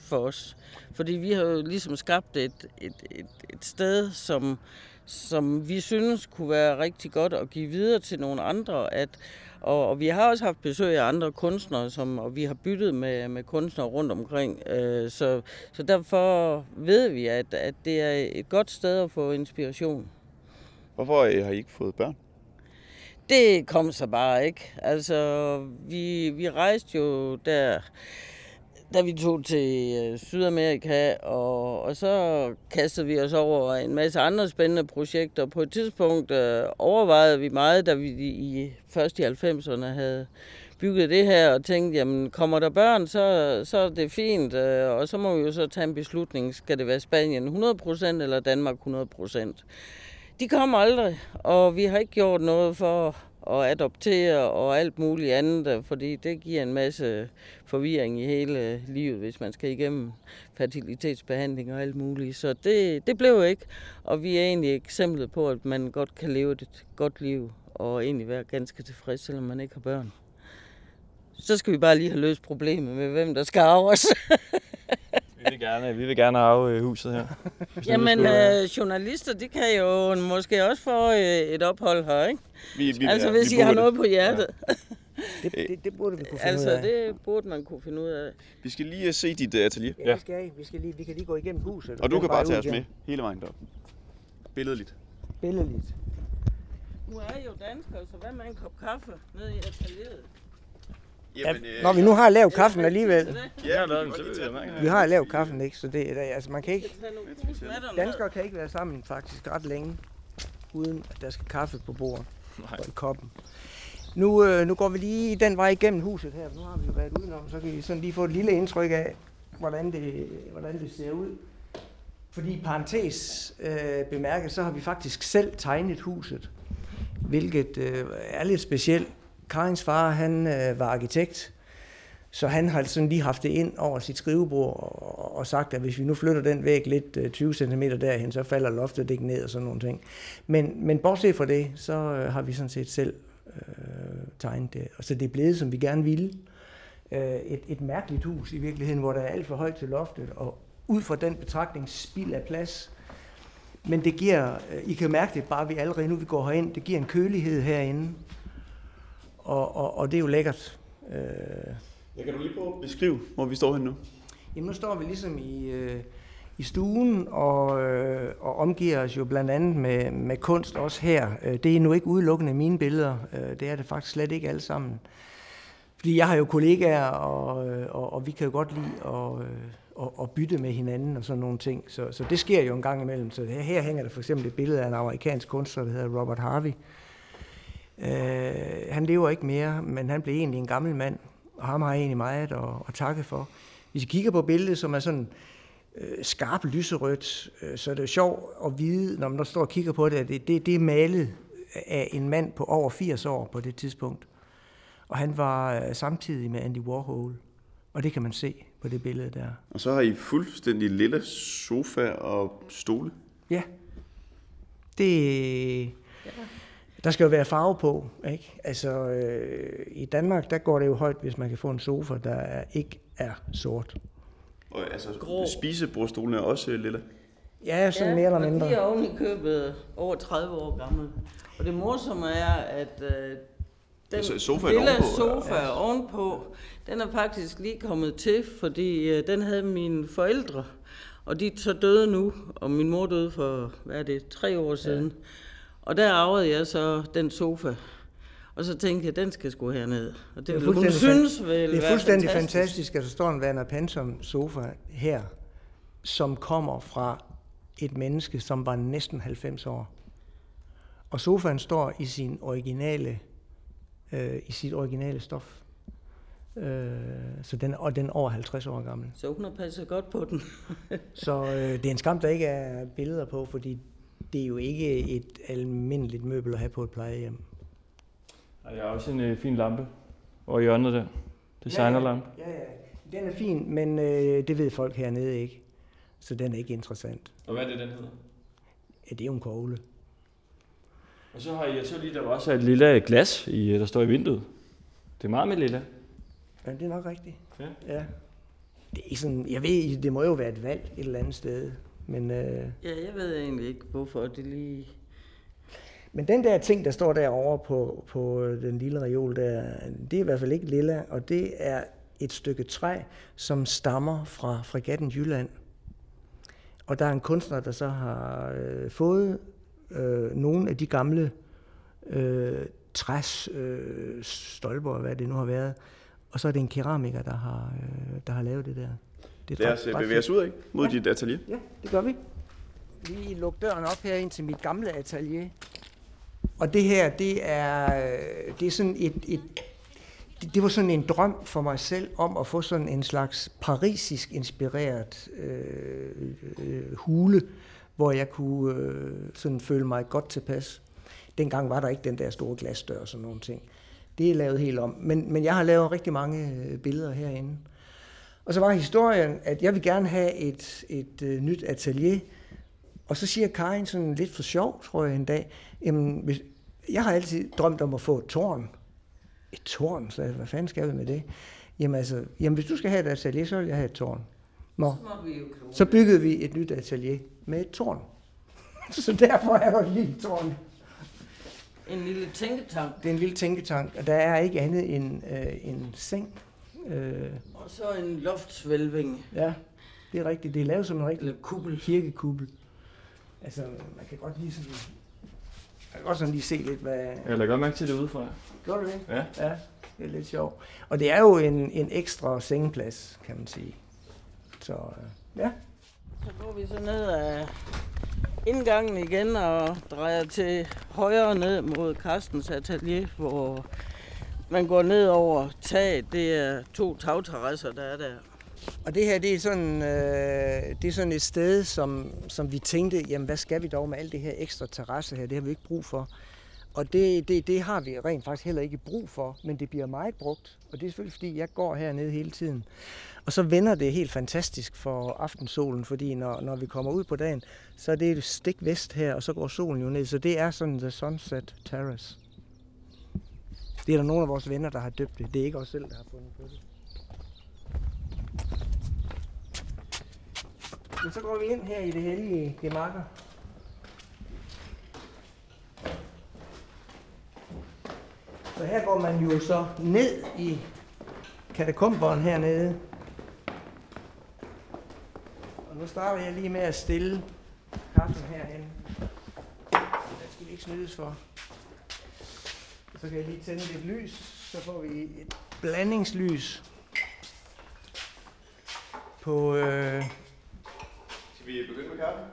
for os. Fordi vi har jo ligesom skabt et, et, et, et sted, som, som vi synes kunne være rigtig godt at give videre til nogle andre. At, og, og vi har også haft besøg af andre kunstnere, som, og vi har byttet med, med kunstnere rundt omkring. Øh, så, så derfor ved vi, at, at det er et godt sted at få inspiration. Hvorfor har I ikke fået børn? Det kom så bare ikke. Altså, vi, vi rejste jo der, da vi tog til Sydamerika, og, og så kastede vi os over en masse andre spændende projekter. På et tidspunkt øh, overvejede vi meget, da vi i, først i halvfemserne havde bygget det her, og tænkte, jamen kommer der børn, så, så er det fint, øh, og så må vi jo så tage en beslutning. Skal det være Spanien hundrede procent eller Danmark hundrede procent? De kom aldrig, og vi har ikke gjort noget for at adoptere og alt muligt andet, fordi det giver en masse forvirring i hele livet, hvis man skal igennem fertilitetsbehandling og alt muligt. Så det, det blev ikke, og vi er egentlig eksemplet på, at man godt kan leve et godt liv og egentlig være ganske tilfreds, selvom man ikke har børn. Så skal vi bare lige have løst problemet med, hvem der skal arve os. Vi vil gerne, vi vil gerne arve huset her. Jamen, øh, journalister, de kan jo måske også få øh, et ophold her, ikke? Vi, vi, altså, ja, hvis I har noget på hjertet. Ja. Det, det, det burde vi kunne finde altså, ud af. det burde man kunne finde ud af. Vi skal lige se dit uh, atelier. Ja, vi skal, vi skal lige, vi kan lige gå igennem huset. Og du kan bare tage os igen. med hele vejen derop. Billedligt. Billedligt. Nu er I jo danskere, så hvad med en kop kaffe nede i atelieret? Jamen, Ja, når vi nu har lavet kaffen alligevel. Ja, Ja, vi, så kan godt vil lige jeg tage mange. den. Vi har lavet kaffen, ikke? Så det, altså, man kan ikke... Danskere. Danskere kan ikke være sammen faktisk ret længe, uden at der skal kaffe på bordet Nej. og i koppen. Nu, øh, nu går vi lige den vej igennem huset her. Nu har vi jo været udenom, så kan vi sådan lige få et lille indtryk af, hvordan det, hvordan det ser ud. Fordi parentes øh, bemærket, så har vi faktisk selv tegnet huset, hvilket øh, er lidt specielt. Karins far, han øh, var arkitekt, så han har sådan lige haft det ind over sit skrivebord og, og sagt, at hvis vi nu flytter den væg lidt øh, tyve centimeter derhen, så falder loftet ikke ned og sådan nogle ting. Men, men bortset fra det, så øh, har vi sådan set selv øh, tegnet det. Og så det er blevet, som vi gerne ville. Øh, et, et mærkeligt hus i virkeligheden, hvor der er alt for højt til loftet, og ud fra den betragtning spild af plads. Men det giver, I kan mærke det bare, vi allerede nu vi går herind, det giver en kølighed herinde. Og, og, og det er jo lækkert. Øh, Jeg kan du lige prøve at beskrive, hvor vi står henne nu? Jamen nu står vi ligesom i, øh, i stuen og, øh, og omgiver os jo blandt andet med, med kunst også her. Det er nu ikke udelukkende mine billeder. Det er det faktisk slet ikke alle sammen. Fordi jeg har jo kollegaer, og, og, og vi kan jo godt lide at, at, at bytte med hinanden og sådan nogle ting. Så, så det sker jo en gang imellem. Så her, her hænger der for eksempel et billede af en amerikansk kunstner, der hedder Robert Harvey. Uh, han lever ikke mere, men han blev egentlig en gammel mand, og ham har jeg egentlig meget at, at takke for. Hvis I kigger på billedet, som er sådan øh, skarp lyserødt, øh, så er det jo sjovt at vide, når man står og kigger på det, at det, det, det er malet af en mand på over firs år på det tidspunkt. Og han var øh, samtidig med Andy Warhol, og det kan man se på det billede der. Og så har I fuldstændig lille sofa og stole. Ja, det... Der skal jo være farve på, ikke? Altså, øh, i Danmark, der går det jo højt, hvis man kan få en sofa, der er, ikke er sort. Og altså, Grå. spisebordstolene er også øh, lille. Ja, sådan ja, mere eller mindre. og de er oven i købet over tredive år gammel. Og det morsomme er, at øh, den Altså, sofaen lille ovenpå, sofa ja. ovenpå, den er faktisk lige kommet til, fordi øh, den havde mine forældre. Og de er så døde nu, og min mor døde for, hvad er det, tre år siden. Ja. Og der arvede jeg så den sofa. Og så tænkte jeg, den skal sgu herned. Og det, det hun synes vil være Det er fuldstændig fantastisk. fantastisk, at der står en Werner Panton sofa her, som kommer fra et menneske, som var næsten halvfems år. Og sofaen står i sin originale, øh, i sit originale stof. Øh, så den, og den er over halvtreds år gammel. Så hun har passet godt på den. Så øh, det er en skam, der ikke er billeder på, fordi det er jo ikke et almindeligt møbel at have på et plejehjem. Jeg har også en øh, fin lampe over hjørnet der. Designerlampe. Ja, ja, ja. Den er fin, men øh, det ved folk hernede ikke. Så den er ikke interessant. Og hvad er det, den hedder? Ja, det er jo en kogle. Og så har jeg så lige, der var også et lille glas, i, der står i vinduet. Det er meget med lille. Ja, det er nok rigtigt. Ja. Ja. det er ikke sådan, jeg ved, det må jo være et valg et eller andet sted. Men, øh, Ja, jeg ved egentlig ikke, hvorfor det lige... men den der ting, der står derovre på, på den lille reol der, det er i hvert fald ikke lilla, og det er et stykke træ, som stammer fra fregatten Jylland. Og der er en kunstner, der så har øh, fået øh, nogle af de gamle øh, træs øh, stolper, hvad det nu har været, og så er det en keramiker, der har, øh, der har lavet det der. Det Lad os bevæge os ud af mod ja. dit atelier. Ja, det gør vi. Vi lukker døren op her ind til mit gamle atelier. Og det her, det er, det er sådan et, et det, det var sådan en drøm for mig selv om at få sådan en slags parisisk inspireret øh, øh, hule, hvor jeg kunne øh, sådan føle mig godt tilpas. Dengang var der ikke den der store glasdør og sådan nogle ting. Det er lavet helt om. Men, men jeg har lavet rigtig mange billeder herinde. Og så var historien, at jeg vil gerne have et, et øh, nyt atelier. Og så siger Karin sådan lidt for sjov, tror jeg en dag, jamen, hvis, jeg har altid drømt om at få et tårn. Et tårn? Så hvad fanden skal vi med det? Jamen altså, jamen, hvis du skal have et atelier, så vil jeg have et tårn. Nå, så byggede vi et nyt atelier med et tårn. Så derfor er der et lille tårn. En lille tænketank. Det er en lille tænketank, og der er ikke andet end øh, en seng. Øh, Og så en loftsvælving. ja, det er rigtigt. Det er lavet som en rigtig Eller kuppel. kirkekuppel. Altså, man kan godt lige sådan... Man kan godt sådan lige se lidt, hvad... Jeg lægger godt mærke til det udefra. Gør du det? Ja. Ja, det er lidt sjovt. Og det er jo en, en ekstra sengeplads, kan man sige. Så øh, ja. Så går vi så ned ad indgangen igen og drejer til højre ned mod Carstens atelier, hvor man går ned over taget. Det er to tagterrasser, der er der. Og det her, det er sådan, øh, det er sådan et sted, som, som vi tænkte, jamen hvad skal vi dog med alt det her ekstra terrasse her? Det har vi ikke brug for. Og det, det, det har vi rent faktisk heller ikke brug for, men det bliver meget brugt. Og det er selvfølgelig, fordi jeg går hernede hele tiden. Og så vender det helt fantastisk for aftensolen, fordi når, når vi kommer ud på dagen, så er det stik vest her, og så går solen jo ned. Så det er sådan The Sunset Terrace. Det er der nogle af vores venner, der har døbt det. Det er ikke os selv, der har fundet på det. Men så går vi ind her i det hellige gemakker. Så her går man jo så ned i katakomberen hernede. Og nu starter jeg lige med at stille kaffen herhen. Den skal vi ikke snydes for. Så kan jeg lige tænde lidt lys, så får vi et blandingslys på... Øh... Skal vi begynde med kaffe?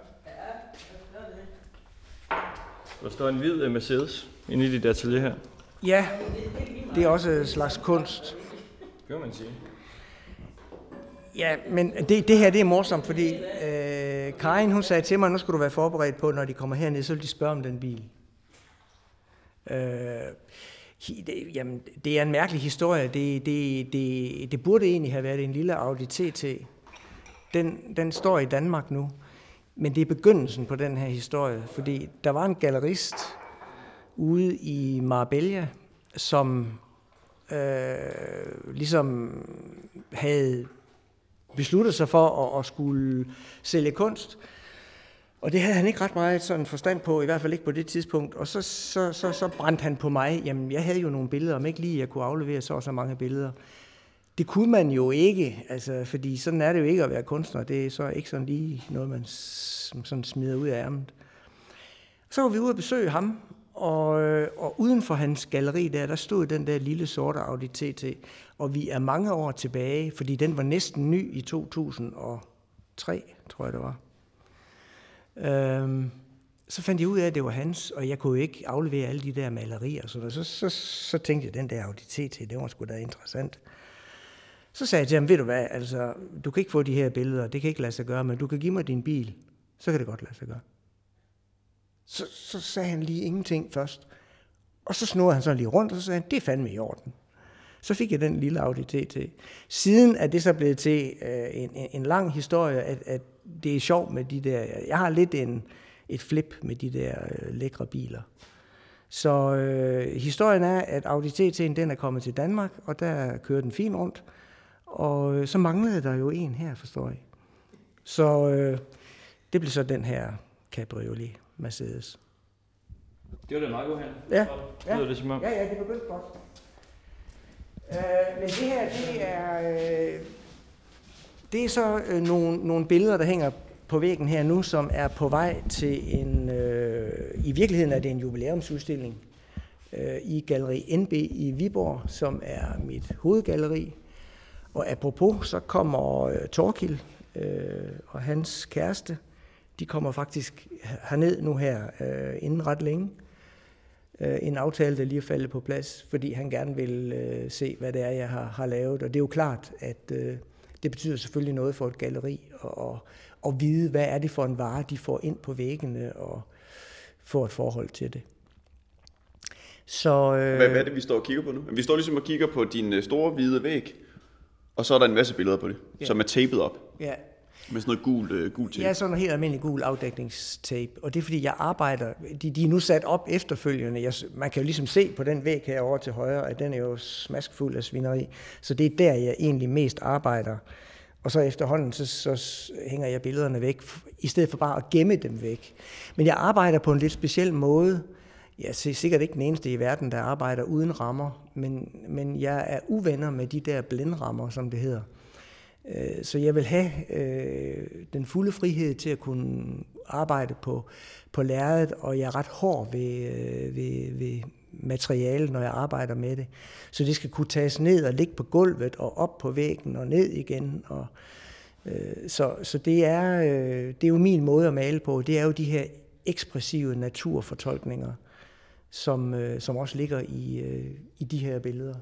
Der står en hvid Mercedes inde i dit atelier her. Ja, det er også en slags kunst. Kan man sige. Ja, men det, det her, det er morsomt, fordi øh, Karin, hun sagde til mig, nu skal du være forberedt på, når de kommer herned, så vil de spørge om den bil. Øh, det, jamen, det er en mærkelig historie. Det, det, det, det burde egentlig have været en lille Audi T T. Den, den står i Danmark nu. Men det er begyndelsen på den her historie, fordi der var en gallerist ude i Marbella, som øh, ligesom havde besluttet sig for at, at skulle sælge kunst. Og det havde han ikke ret meget sådan forstand på, i hvert fald ikke på det tidspunkt. Og så, så, så, så brændte han på mig. Jamen, jeg havde jo nogle billeder, om ikke lige jeg kunne aflevere så og så mange billeder. Det kunne man jo ikke, altså, fordi sådan er det jo ikke at være kunstner. Det er så ikke sådan lige noget, man sådan smider ud af ærmet. Så var vi ude at besøge ham, og, og uden for hans galleri der, der stod den der lille sorte Audi T T. Og vi er mange år tilbage, fordi den var næsten ny i to tusind og tre, tror jeg det var. Øhm, så fandt jeg ud af, at det var hans, og jeg kunne jo ikke aflevere alle de der malerier. Så, så, så, så tænkte jeg, den der Audi T T, det var sgu da interessant. Så sagde jeg til ham, ved du hvad, altså, du kan ikke få de her billeder, det kan ikke lade sig gøre, men du kan give mig din bil, så kan det godt lade sig gøre. Så, så sagde han lige ingenting først, og så snurrede han så lige rundt, og så sagde han, det er fandme i orden. Så fik jeg den lille Audi T T. Siden er det så blevet til øh, en, en, en lang historie, at, at det er sjovt med de der, jeg har lidt en, et flip med de der øh, lækre biler. Så øh, historien er, at Audi T T'en, den er kommet til Danmark, og der kører den fint rundt. Og øh, så manglede der jo en her, forstår jeg. Så øh, det blev så den her Cabriolet Mercedes. Det var det meget godt her. Ja, ja. Det, det som om. ja, ja, det begyndte godt. Øh, men det her, det er, øh, det er så øh, nogle, nogle billeder, der hænger på væggen her nu, som er på vej til en, øh, i virkeligheden er det en jubilæumsudstilling øh, i Galleri N B i Viborg, som er mit hovedgalleri. Og apropos, så kommer øh, Torkild øh, og hans kæreste, de kommer faktisk herned nu her øh, inden ret længe. Øh, en aftale, der lige er faldet på plads, fordi han gerne vil øh, se, hvad det er, jeg har, har lavet. Og det er jo klart, at øh, det betyder selvfølgelig noget for et galleri og, og, og vide, hvad er det for en vare, de får ind på væggene og får et forhold til det. Så, øh, Hvad, hvad er det, vi står og kigger på nu? Vi står ligesom og kigger på din store hvide væg, og så er der en masse billeder på det, ja. Som er tapet op. Ja. Med sådan noget gul, øh, gul tape. Ja, sådan noget helt almindelig gul afdækningstape. Og det er fordi, jeg arbejder, de, de er nu sat op efterfølgende. Jeg, man kan jo ligesom se på den væg herovre til højre, at den er jo smaskfuld af svineri. Så det er der, jeg egentlig mest arbejder. Og så efterhånden, så, så hænger jeg billederne væk, i stedet for bare at gemme dem væk. Men jeg arbejder på en lidt speciel måde. Jeg er sikkert ikke den eneste i verden, der arbejder uden rammer, men, men jeg er uvenner med de der blindrammer, som det hedder. Så jeg vil have øh, den fulde frihed til at kunne arbejde på, på lærredet, og jeg er ret hård ved, øh, ved, ved materialet, når jeg arbejder med det. Så det skal kunne tages ned og ligge på gulvet og op på væggen og ned igen. Og, øh, så så det, er, øh, det er jo min måde at male på. Det er jo de her ekspressive naturfortolkninger, som, øh, som også ligger i, øh, i de her billeder.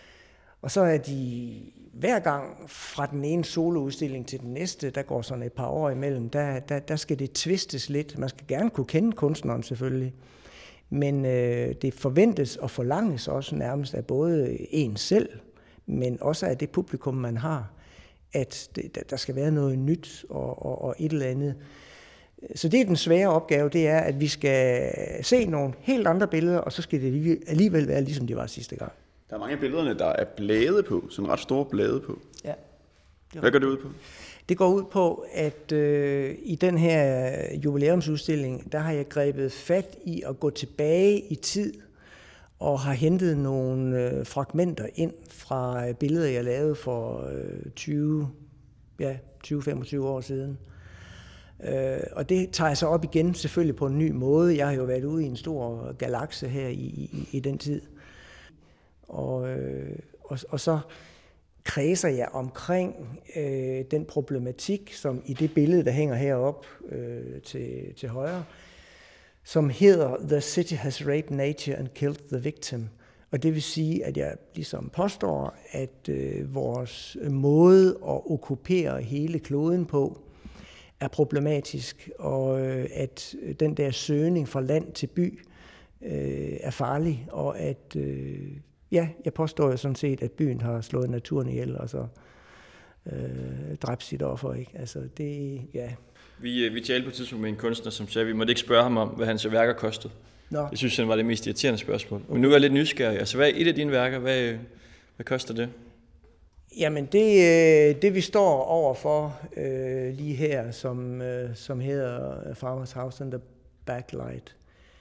Og så er de hver gang fra den ene soloudstilling til den næste, der går sådan et par år imellem, der, der, der skal det twistes lidt. Man skal gerne kunne kende kunstneren selvfølgelig, men øh, det forventes og forlanges også nærmest af både en selv, men også af det publikum, man har, at det, der skal være noget nyt og, og, og et eller andet. Så det er den svære opgave, det er, at vi skal se nogle helt andre billeder, og så skal det alligevel være, ligesom det var sidste gang. Der er mange af billederne, der er blade på, sådan ret store blade på. Ja. Hvad går det ud på? Det går ud på, at øh, i den her jubilæumsudstilling, der har jeg grebet fat i at gå tilbage i tid og har hentet nogle øh, fragmenter ind fra billeder, jeg lavede for øh, tyve til femogtyve år siden. Øh, og det tager jeg så op igen, selvfølgelig på en ny måde. Jeg har jo været ude i en stor galakse her i, i, i den tid. Og, øh, og, og så kredser jeg omkring øh, den problematik, som i det billede, der hænger heroppe øh, til, til højre, som hedder The City Has Raped Nature and Killed the Victim. Og det vil sige, at jeg ligesom påstår, at øh, vores måde at okkupere hele kloden på er problematisk, og øh, at den der søgning fra land til by øh, er farlig, og at øh, ja, jeg påstår jo sådan set, at byen har slået naturen ihjel, og så øh, dræbt sit offer, ikke? Altså, det, ja. Vi, vi talte på et tidspunkt med en kunstner, som sagde, at vi måtte ikke spørge ham om, hvad hans værker kostede. Nå. Jeg synes, det var det mest irriterende spørgsmål. Men nu er jeg lidt nysgerrig. Altså, hvad er et af dine værker? Hvad, hvad koster det? Jamen, det, det vi står overfor øh, lige her, som, øh, som hedder Farmers House and the Backlight,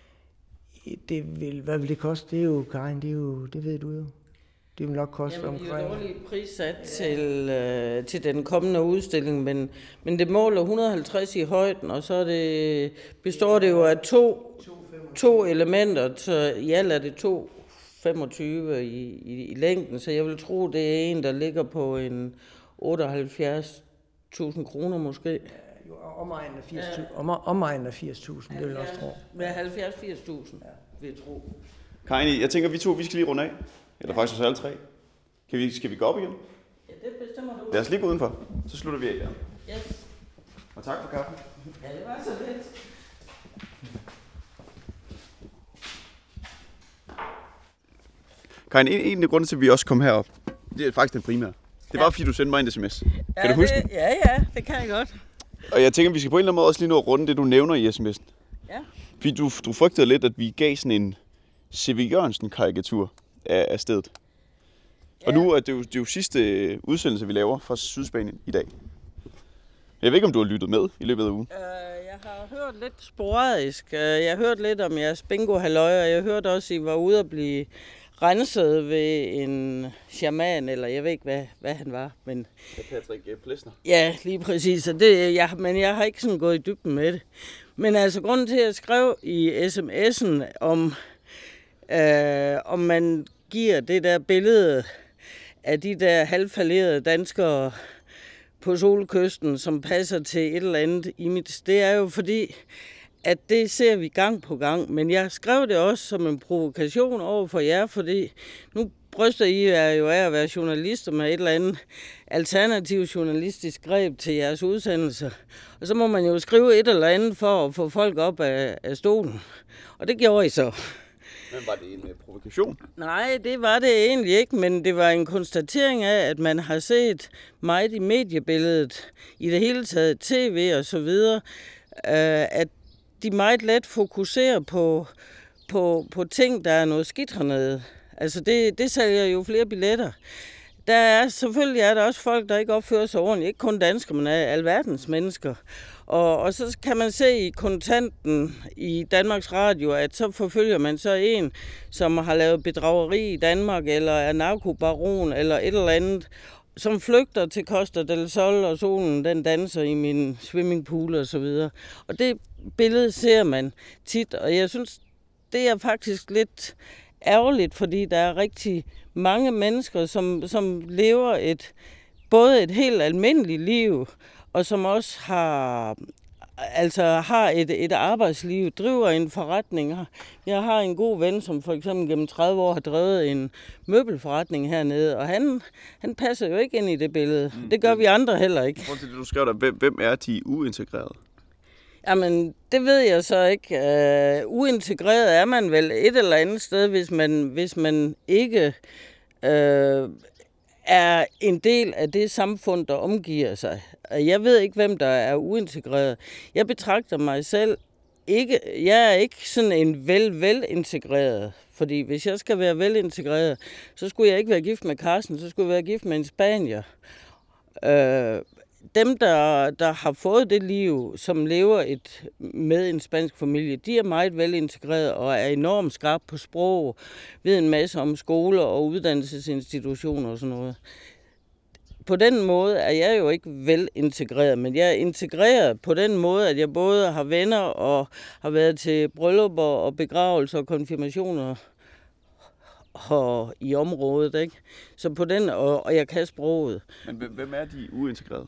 det vil, hvad vil det koste? Det er jo, Karin, det er jo, det ved du jo. Det vil nok koste Jamen, omkring... det er jo dårligt prissat til, øh, til den kommende udstilling, men, men det måler et hundrede og halvtreds i højden, og så er det, består det jo af to, to elementer, så i alt er det to femogtyve i, i, i længden, så jeg vil tro, det er en, der ligger på en otteoghalvfjerds tusind kroner måske. Jo, omegnen af firs tusind, ja. Omegnen af firs tusind, det vil jeg også tro. Med halvfjerds til firs tusind, ja. Vil jeg tro. Karin, jeg tænker, vi to, vi skal lige runde af. Eller faktisk også alle tre. Kan vi, skal vi gå op igen? Ja, det bestemmer du. Lad os lige gå udenfor. Så slutter vi af der. Yes. Og tak for kaffen. Ja, det var så lidt. Karin, en, en af grunden til, at vi også kom herop, det er faktisk den primære. Det var, ja. Fordi du sendte mig en sms. Kan ja, du huske det, den? Ja, ja, det kan jeg godt. Og jeg tænker, vi skal på en eller anden måde også lige nå at runde det, du nævner i sms'en. Ja. Fordi du, du frygtede lidt, at vi gav sådan en C V Jørgensen-karikatur af, af stedet. Og nu er det jo, det er jo sidste udsendelse, vi laver fra Sydspanien i dag. Jeg ved ikke, om du har lyttet med i løbet af ugen. Uh, jeg har hørt lidt sporadisk. Uh, jeg har hørt lidt om jeres bingo-halløj, og jeg hørte også, at I var ude at blive renset ved en shaman, eller jeg ved ikke, hvad, hvad han var. Men Patrick Plesner. ja, lige præcis. Og det, jeg, men jeg har ikke sådan gået i dybden med det. Men altså, grunden til, at jeg skrev i sms'en, om, øh, om man giver det der billede af de der halvfalderede danskere på solkysten, som passer til et eller andet image, det er jo fordi, at det ser vi gang på gang. Men jeg skrev det også som en provokation over for jer, fordi nu bryster I er jo af at være journalister med et eller andet alternativt journalistisk greb til jeres udsendelser. Og så må man jo skrive et eller andet for at få folk op af, af stolen. Og det gjorde I så. Men var det en uh, provokation? Nej, det var det egentlig ikke, men det var en konstatering af, at man har set meget i mediebilledet, i det hele taget tv og så videre, øh, at de meget let fokuserer på, på, på ting, der er noget skidt hernede. Altså det, det sælger jo flere billetter. Der er selvfølgelig er der også folk, der ikke opfører sig ordentligt. Ikke kun danskere, men alverdens mennesker. Og, og så kan man se i kontanten i Danmarks Radio, at så forfølger man så en, som har lavet bedrageri i Danmark, eller er narkobaron, eller et eller andet, som flygter til Costa del Sol, og solen den danser i min swimmingpool og så videre. Og det billede ser man tit, og jeg synes, det er faktisk lidt ærgerligt, fordi der er rigtig mange mennesker, som, som lever et både et helt almindeligt liv, og som også har, altså har et, et arbejdsliv, driver en forretning. Jeg har en god ven, som for eksempel gennem tredive år har drevet en møbelforretning hernede, og han, han passer jo ikke ind i det billede. Mm. Det gør vi andre heller ikke. Prøv til det, du skrev der. Hvem, hvem er de uintegrerede? Jamen, det ved jeg så ikke. Uh, uintegreret er man vel et eller andet sted, hvis man, hvis man ikke uh, er en del af det samfund, der omgiver sig. Jeg ved ikke, hvem der er uintegreret. Jeg betragter mig selv ikke, jeg er ikke sådan en vel-vel-integreret. Fordi hvis jeg skal være velintegreret, så skulle jeg ikke være gift med Carsten, så skulle jeg være gift med en spanier. Uh, Dem, der, der har fået det liv, som lever et, med en spansk familie, de er meget velintegreret og er enormt skarpe på sprog, ved en masse om skoler og uddannelsesinstitutioner og sådan noget. På den måde er jeg jo ikke velintegreret, men jeg er integreret på den måde, at jeg både har venner og har været til bryllupper og begravelser og konfirmationer og i området, ikke? Så på den, og, og jeg kan sproget. Men hvem er de uintegrerede?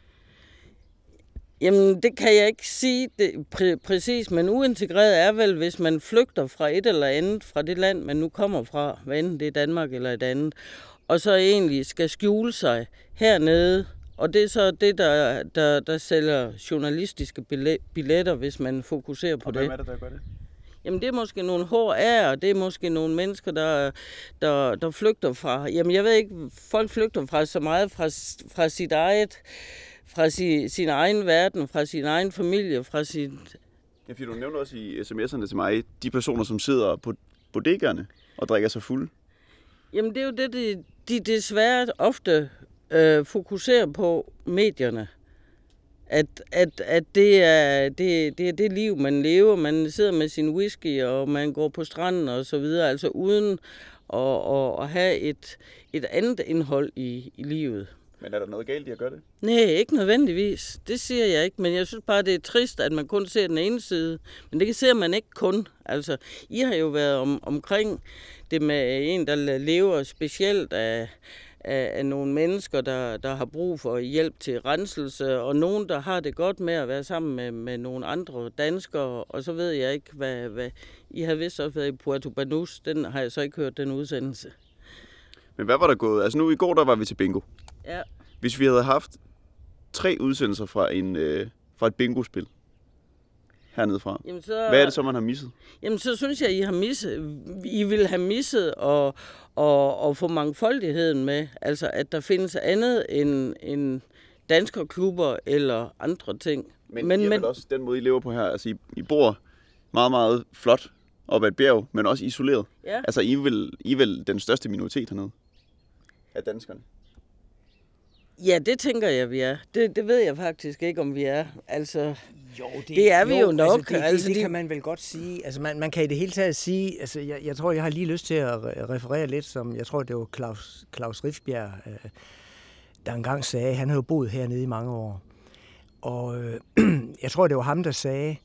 Jamen, det kan jeg ikke sige det præ- præcis, men uintegreret er vel, hvis man flygter fra et eller andet, fra det land, man nu kommer fra, hvad enten det er Danmark eller et andet, og så egentlig skal skjule sig hernede, og det er så det, der, der, der sælger journalistiske billetter, hvis man fokuserer på og det. Og hvem er det, der gør det? Jamen, det er måske nogle H R, det er måske nogle mennesker, der, der, der flygter fra. Jamen, jeg ved ikke, folk flygter fra så meget fra, fra sit eget, fra si, sin egen verden, fra sin egen familie, fra sit... Ja, fordi du nævner også i sms'erne til mig, de personer, som sidder på bodegaerne og drikker sig fulde. Jamen, det er jo det, de, de desværre ofte øh, fokuserer på medierne. At, at, at det, er, det, det er det liv, man lever. Man sidder med sin whisky, og man går på stranden og så videre, altså uden at, at, at have et, et andet indhold i, i livet. Men er der noget galt i at gøre det? Nej, ikke nødvendigvis. Det siger jeg ikke, men jeg synes bare, det er trist, at man kun ser den ene side. Men det ser man ikke kun. Altså, I har jo været om, omkring det med en, der lever specielt af, af, af nogle mennesker, der, der har brug for hjælp til renselse, og nogen, der har det godt med at være sammen med, med nogle andre danskere, og så ved jeg ikke, hvad... hvad I har vist også været i Puerto Banús, den har jeg så ikke hørt, den udsendelse. Men hvad var der gået? Altså nu i går, der var vi til bingo. Ja. Hvis vi havde haft tre udsendelser fra, en, øh, fra et bingo-spil hernede fra, Jamen så, hvad er det så, man har misset? Jamen så synes jeg, I har misset, I vil have misset og, og, og få mangfoldigheden med. Altså at der findes andet end, end danskerklubber eller andre ting. Men, men, men også den måde, I lever på her. Altså I, I bor meget, meget flot op ad et bjerg, men også isoleret. Ja. Altså I er vel, I er vel den største minoritet hernede? af danskerne? Ja, det tænker jeg, vi er. Det, det ved jeg faktisk ikke, om vi er. Altså, Jo, det, det er vi jo, jo nok. Altså, det, altså, det, det de... kan man vel godt sige. Altså, man, man kan i det hele taget sige, altså, jeg, jeg tror, jeg har lige lyst til at referere lidt, som jeg tror, det var Claus, Claus Riffbjerg, øh, der engang sagde, han havde jo boet hernede i mange år. Og øh, jeg tror, det var ham, der sagde,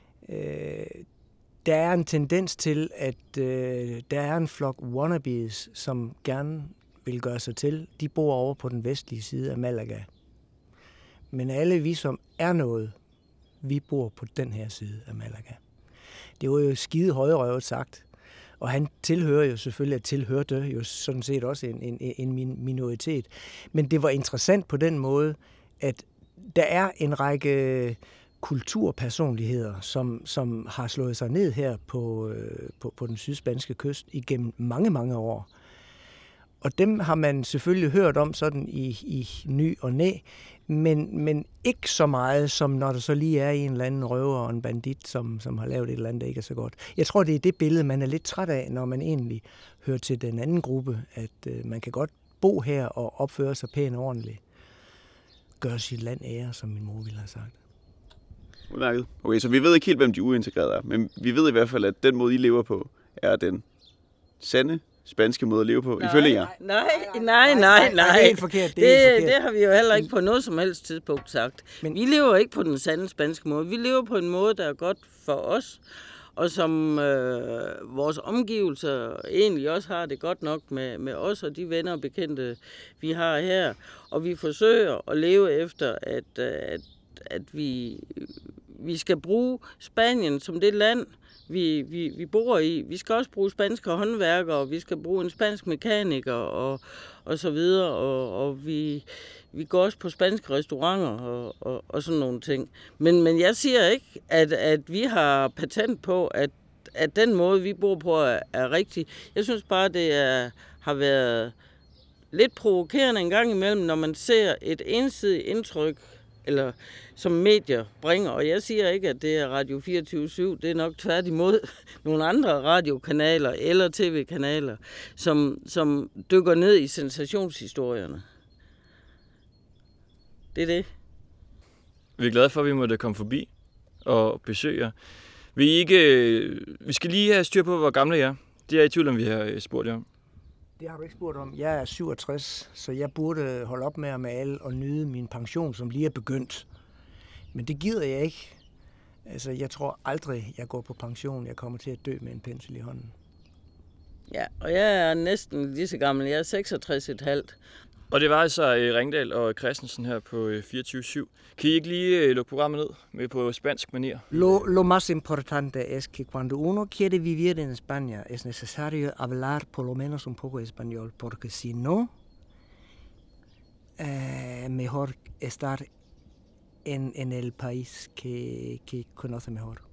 øh, der er en tendens til, at øh, der er en flok wannabes, som gerne vil gøre sig til. De bor over på den vestlige side af Malaga. Men alle vi, som er noget, vi bor på den her side af Malaga. Det var jo skide højrøvet sagt. Og han tilhører jo selvfølgelig, at tilhørte jo sådan set også en, en, en minoritet. Men det var interessant på den måde, at der er en række kulturpersonligheder, som, som har slået sig ned her på, på, på den sydspanske kyst igennem mange, mange år. Og dem har man selvfølgelig hørt om sådan i, i ny og næ, men, men ikke så meget, som når der så lige er en eller anden røver og en bandit, som, som har lavet et eller andet, der ikke er så godt. Jeg tror, det er det billede, man er lidt træt af, når man egentlig hører til den anden gruppe, at øh, man kan godt bo her og opføre sig pænt og ordentligt. Gøre sit land ære, som min mor ville have sagt. Udmærket. Okay, så vi ved ikke helt, hvem de uintegrerede er, men vi ved i hvert fald, at den måde, I lever på, er den sande spanske måde at leve på, nej, ifølge jer. Nej, nej, nej, nej. Det er helt forkert. Det, det, er helt forkert. det har vi jo heller ikke på noget som helst tidspunkt sagt. Men vi lever ikke på den sande spanske måde. Vi lever på en måde, der er godt for os, og som øh, vores omgivelser egentlig også har det godt nok med, med os og de venner og bekendte, vi har her. Og vi forsøger at leve efter, at, at, at vi, vi skal bruge Spanien som det land, Vi, vi, vi bor i. Vi skal også bruge spanske håndværkere, vi skal bruge en spansk mekaniker og, og så videre, og, og vi, vi går også på spanske restauranter og, og, og sådan nogle ting. Men, men jeg siger ikke, at, at vi har patent på, at, at den måde, vi bor på, er, er rigtig. Jeg synes bare, det er, har været lidt provokerende en gang imellem, når man ser et ensidigt indtryk, eller som medier bringer. Og jeg siger ikke, at det er Radio fireogtyve syv, det er nok tværtimod nogle andre radiokanaler eller tv-kanaler, som, som dykker ned i sensationshistorierne. Det er det. Vi er glade for, at vi måtte komme forbi og besøge jer. Vi, ikke, vi skal lige have styr på, hvor gamle I er. Det er i tvivl, om vi har spurgt jer om. Det har du ikke spurgt om. Jeg er syvogtres, så jeg burde holde op med at male og nyde min pension, som lige er begyndt. Men det gider jeg ikke. Altså, jeg tror aldrig, jeg går på pension. Jeg kommer til at dø med en pensel i hånden. Ja, og jeg er næsten lige så gammel. Jeg er seksogtres komma fem. Og det var altså Ringdal og Christensen her på fireogtyve syv. Kan I ikke lige lukke programmet ned med på spansk manier? Lo, lo más importante es que cuando uno quiere vivir en España es necesario hablar por lo menos un poco español, porque si no, eh, mejor estar en, en el país que, que conoce mejor.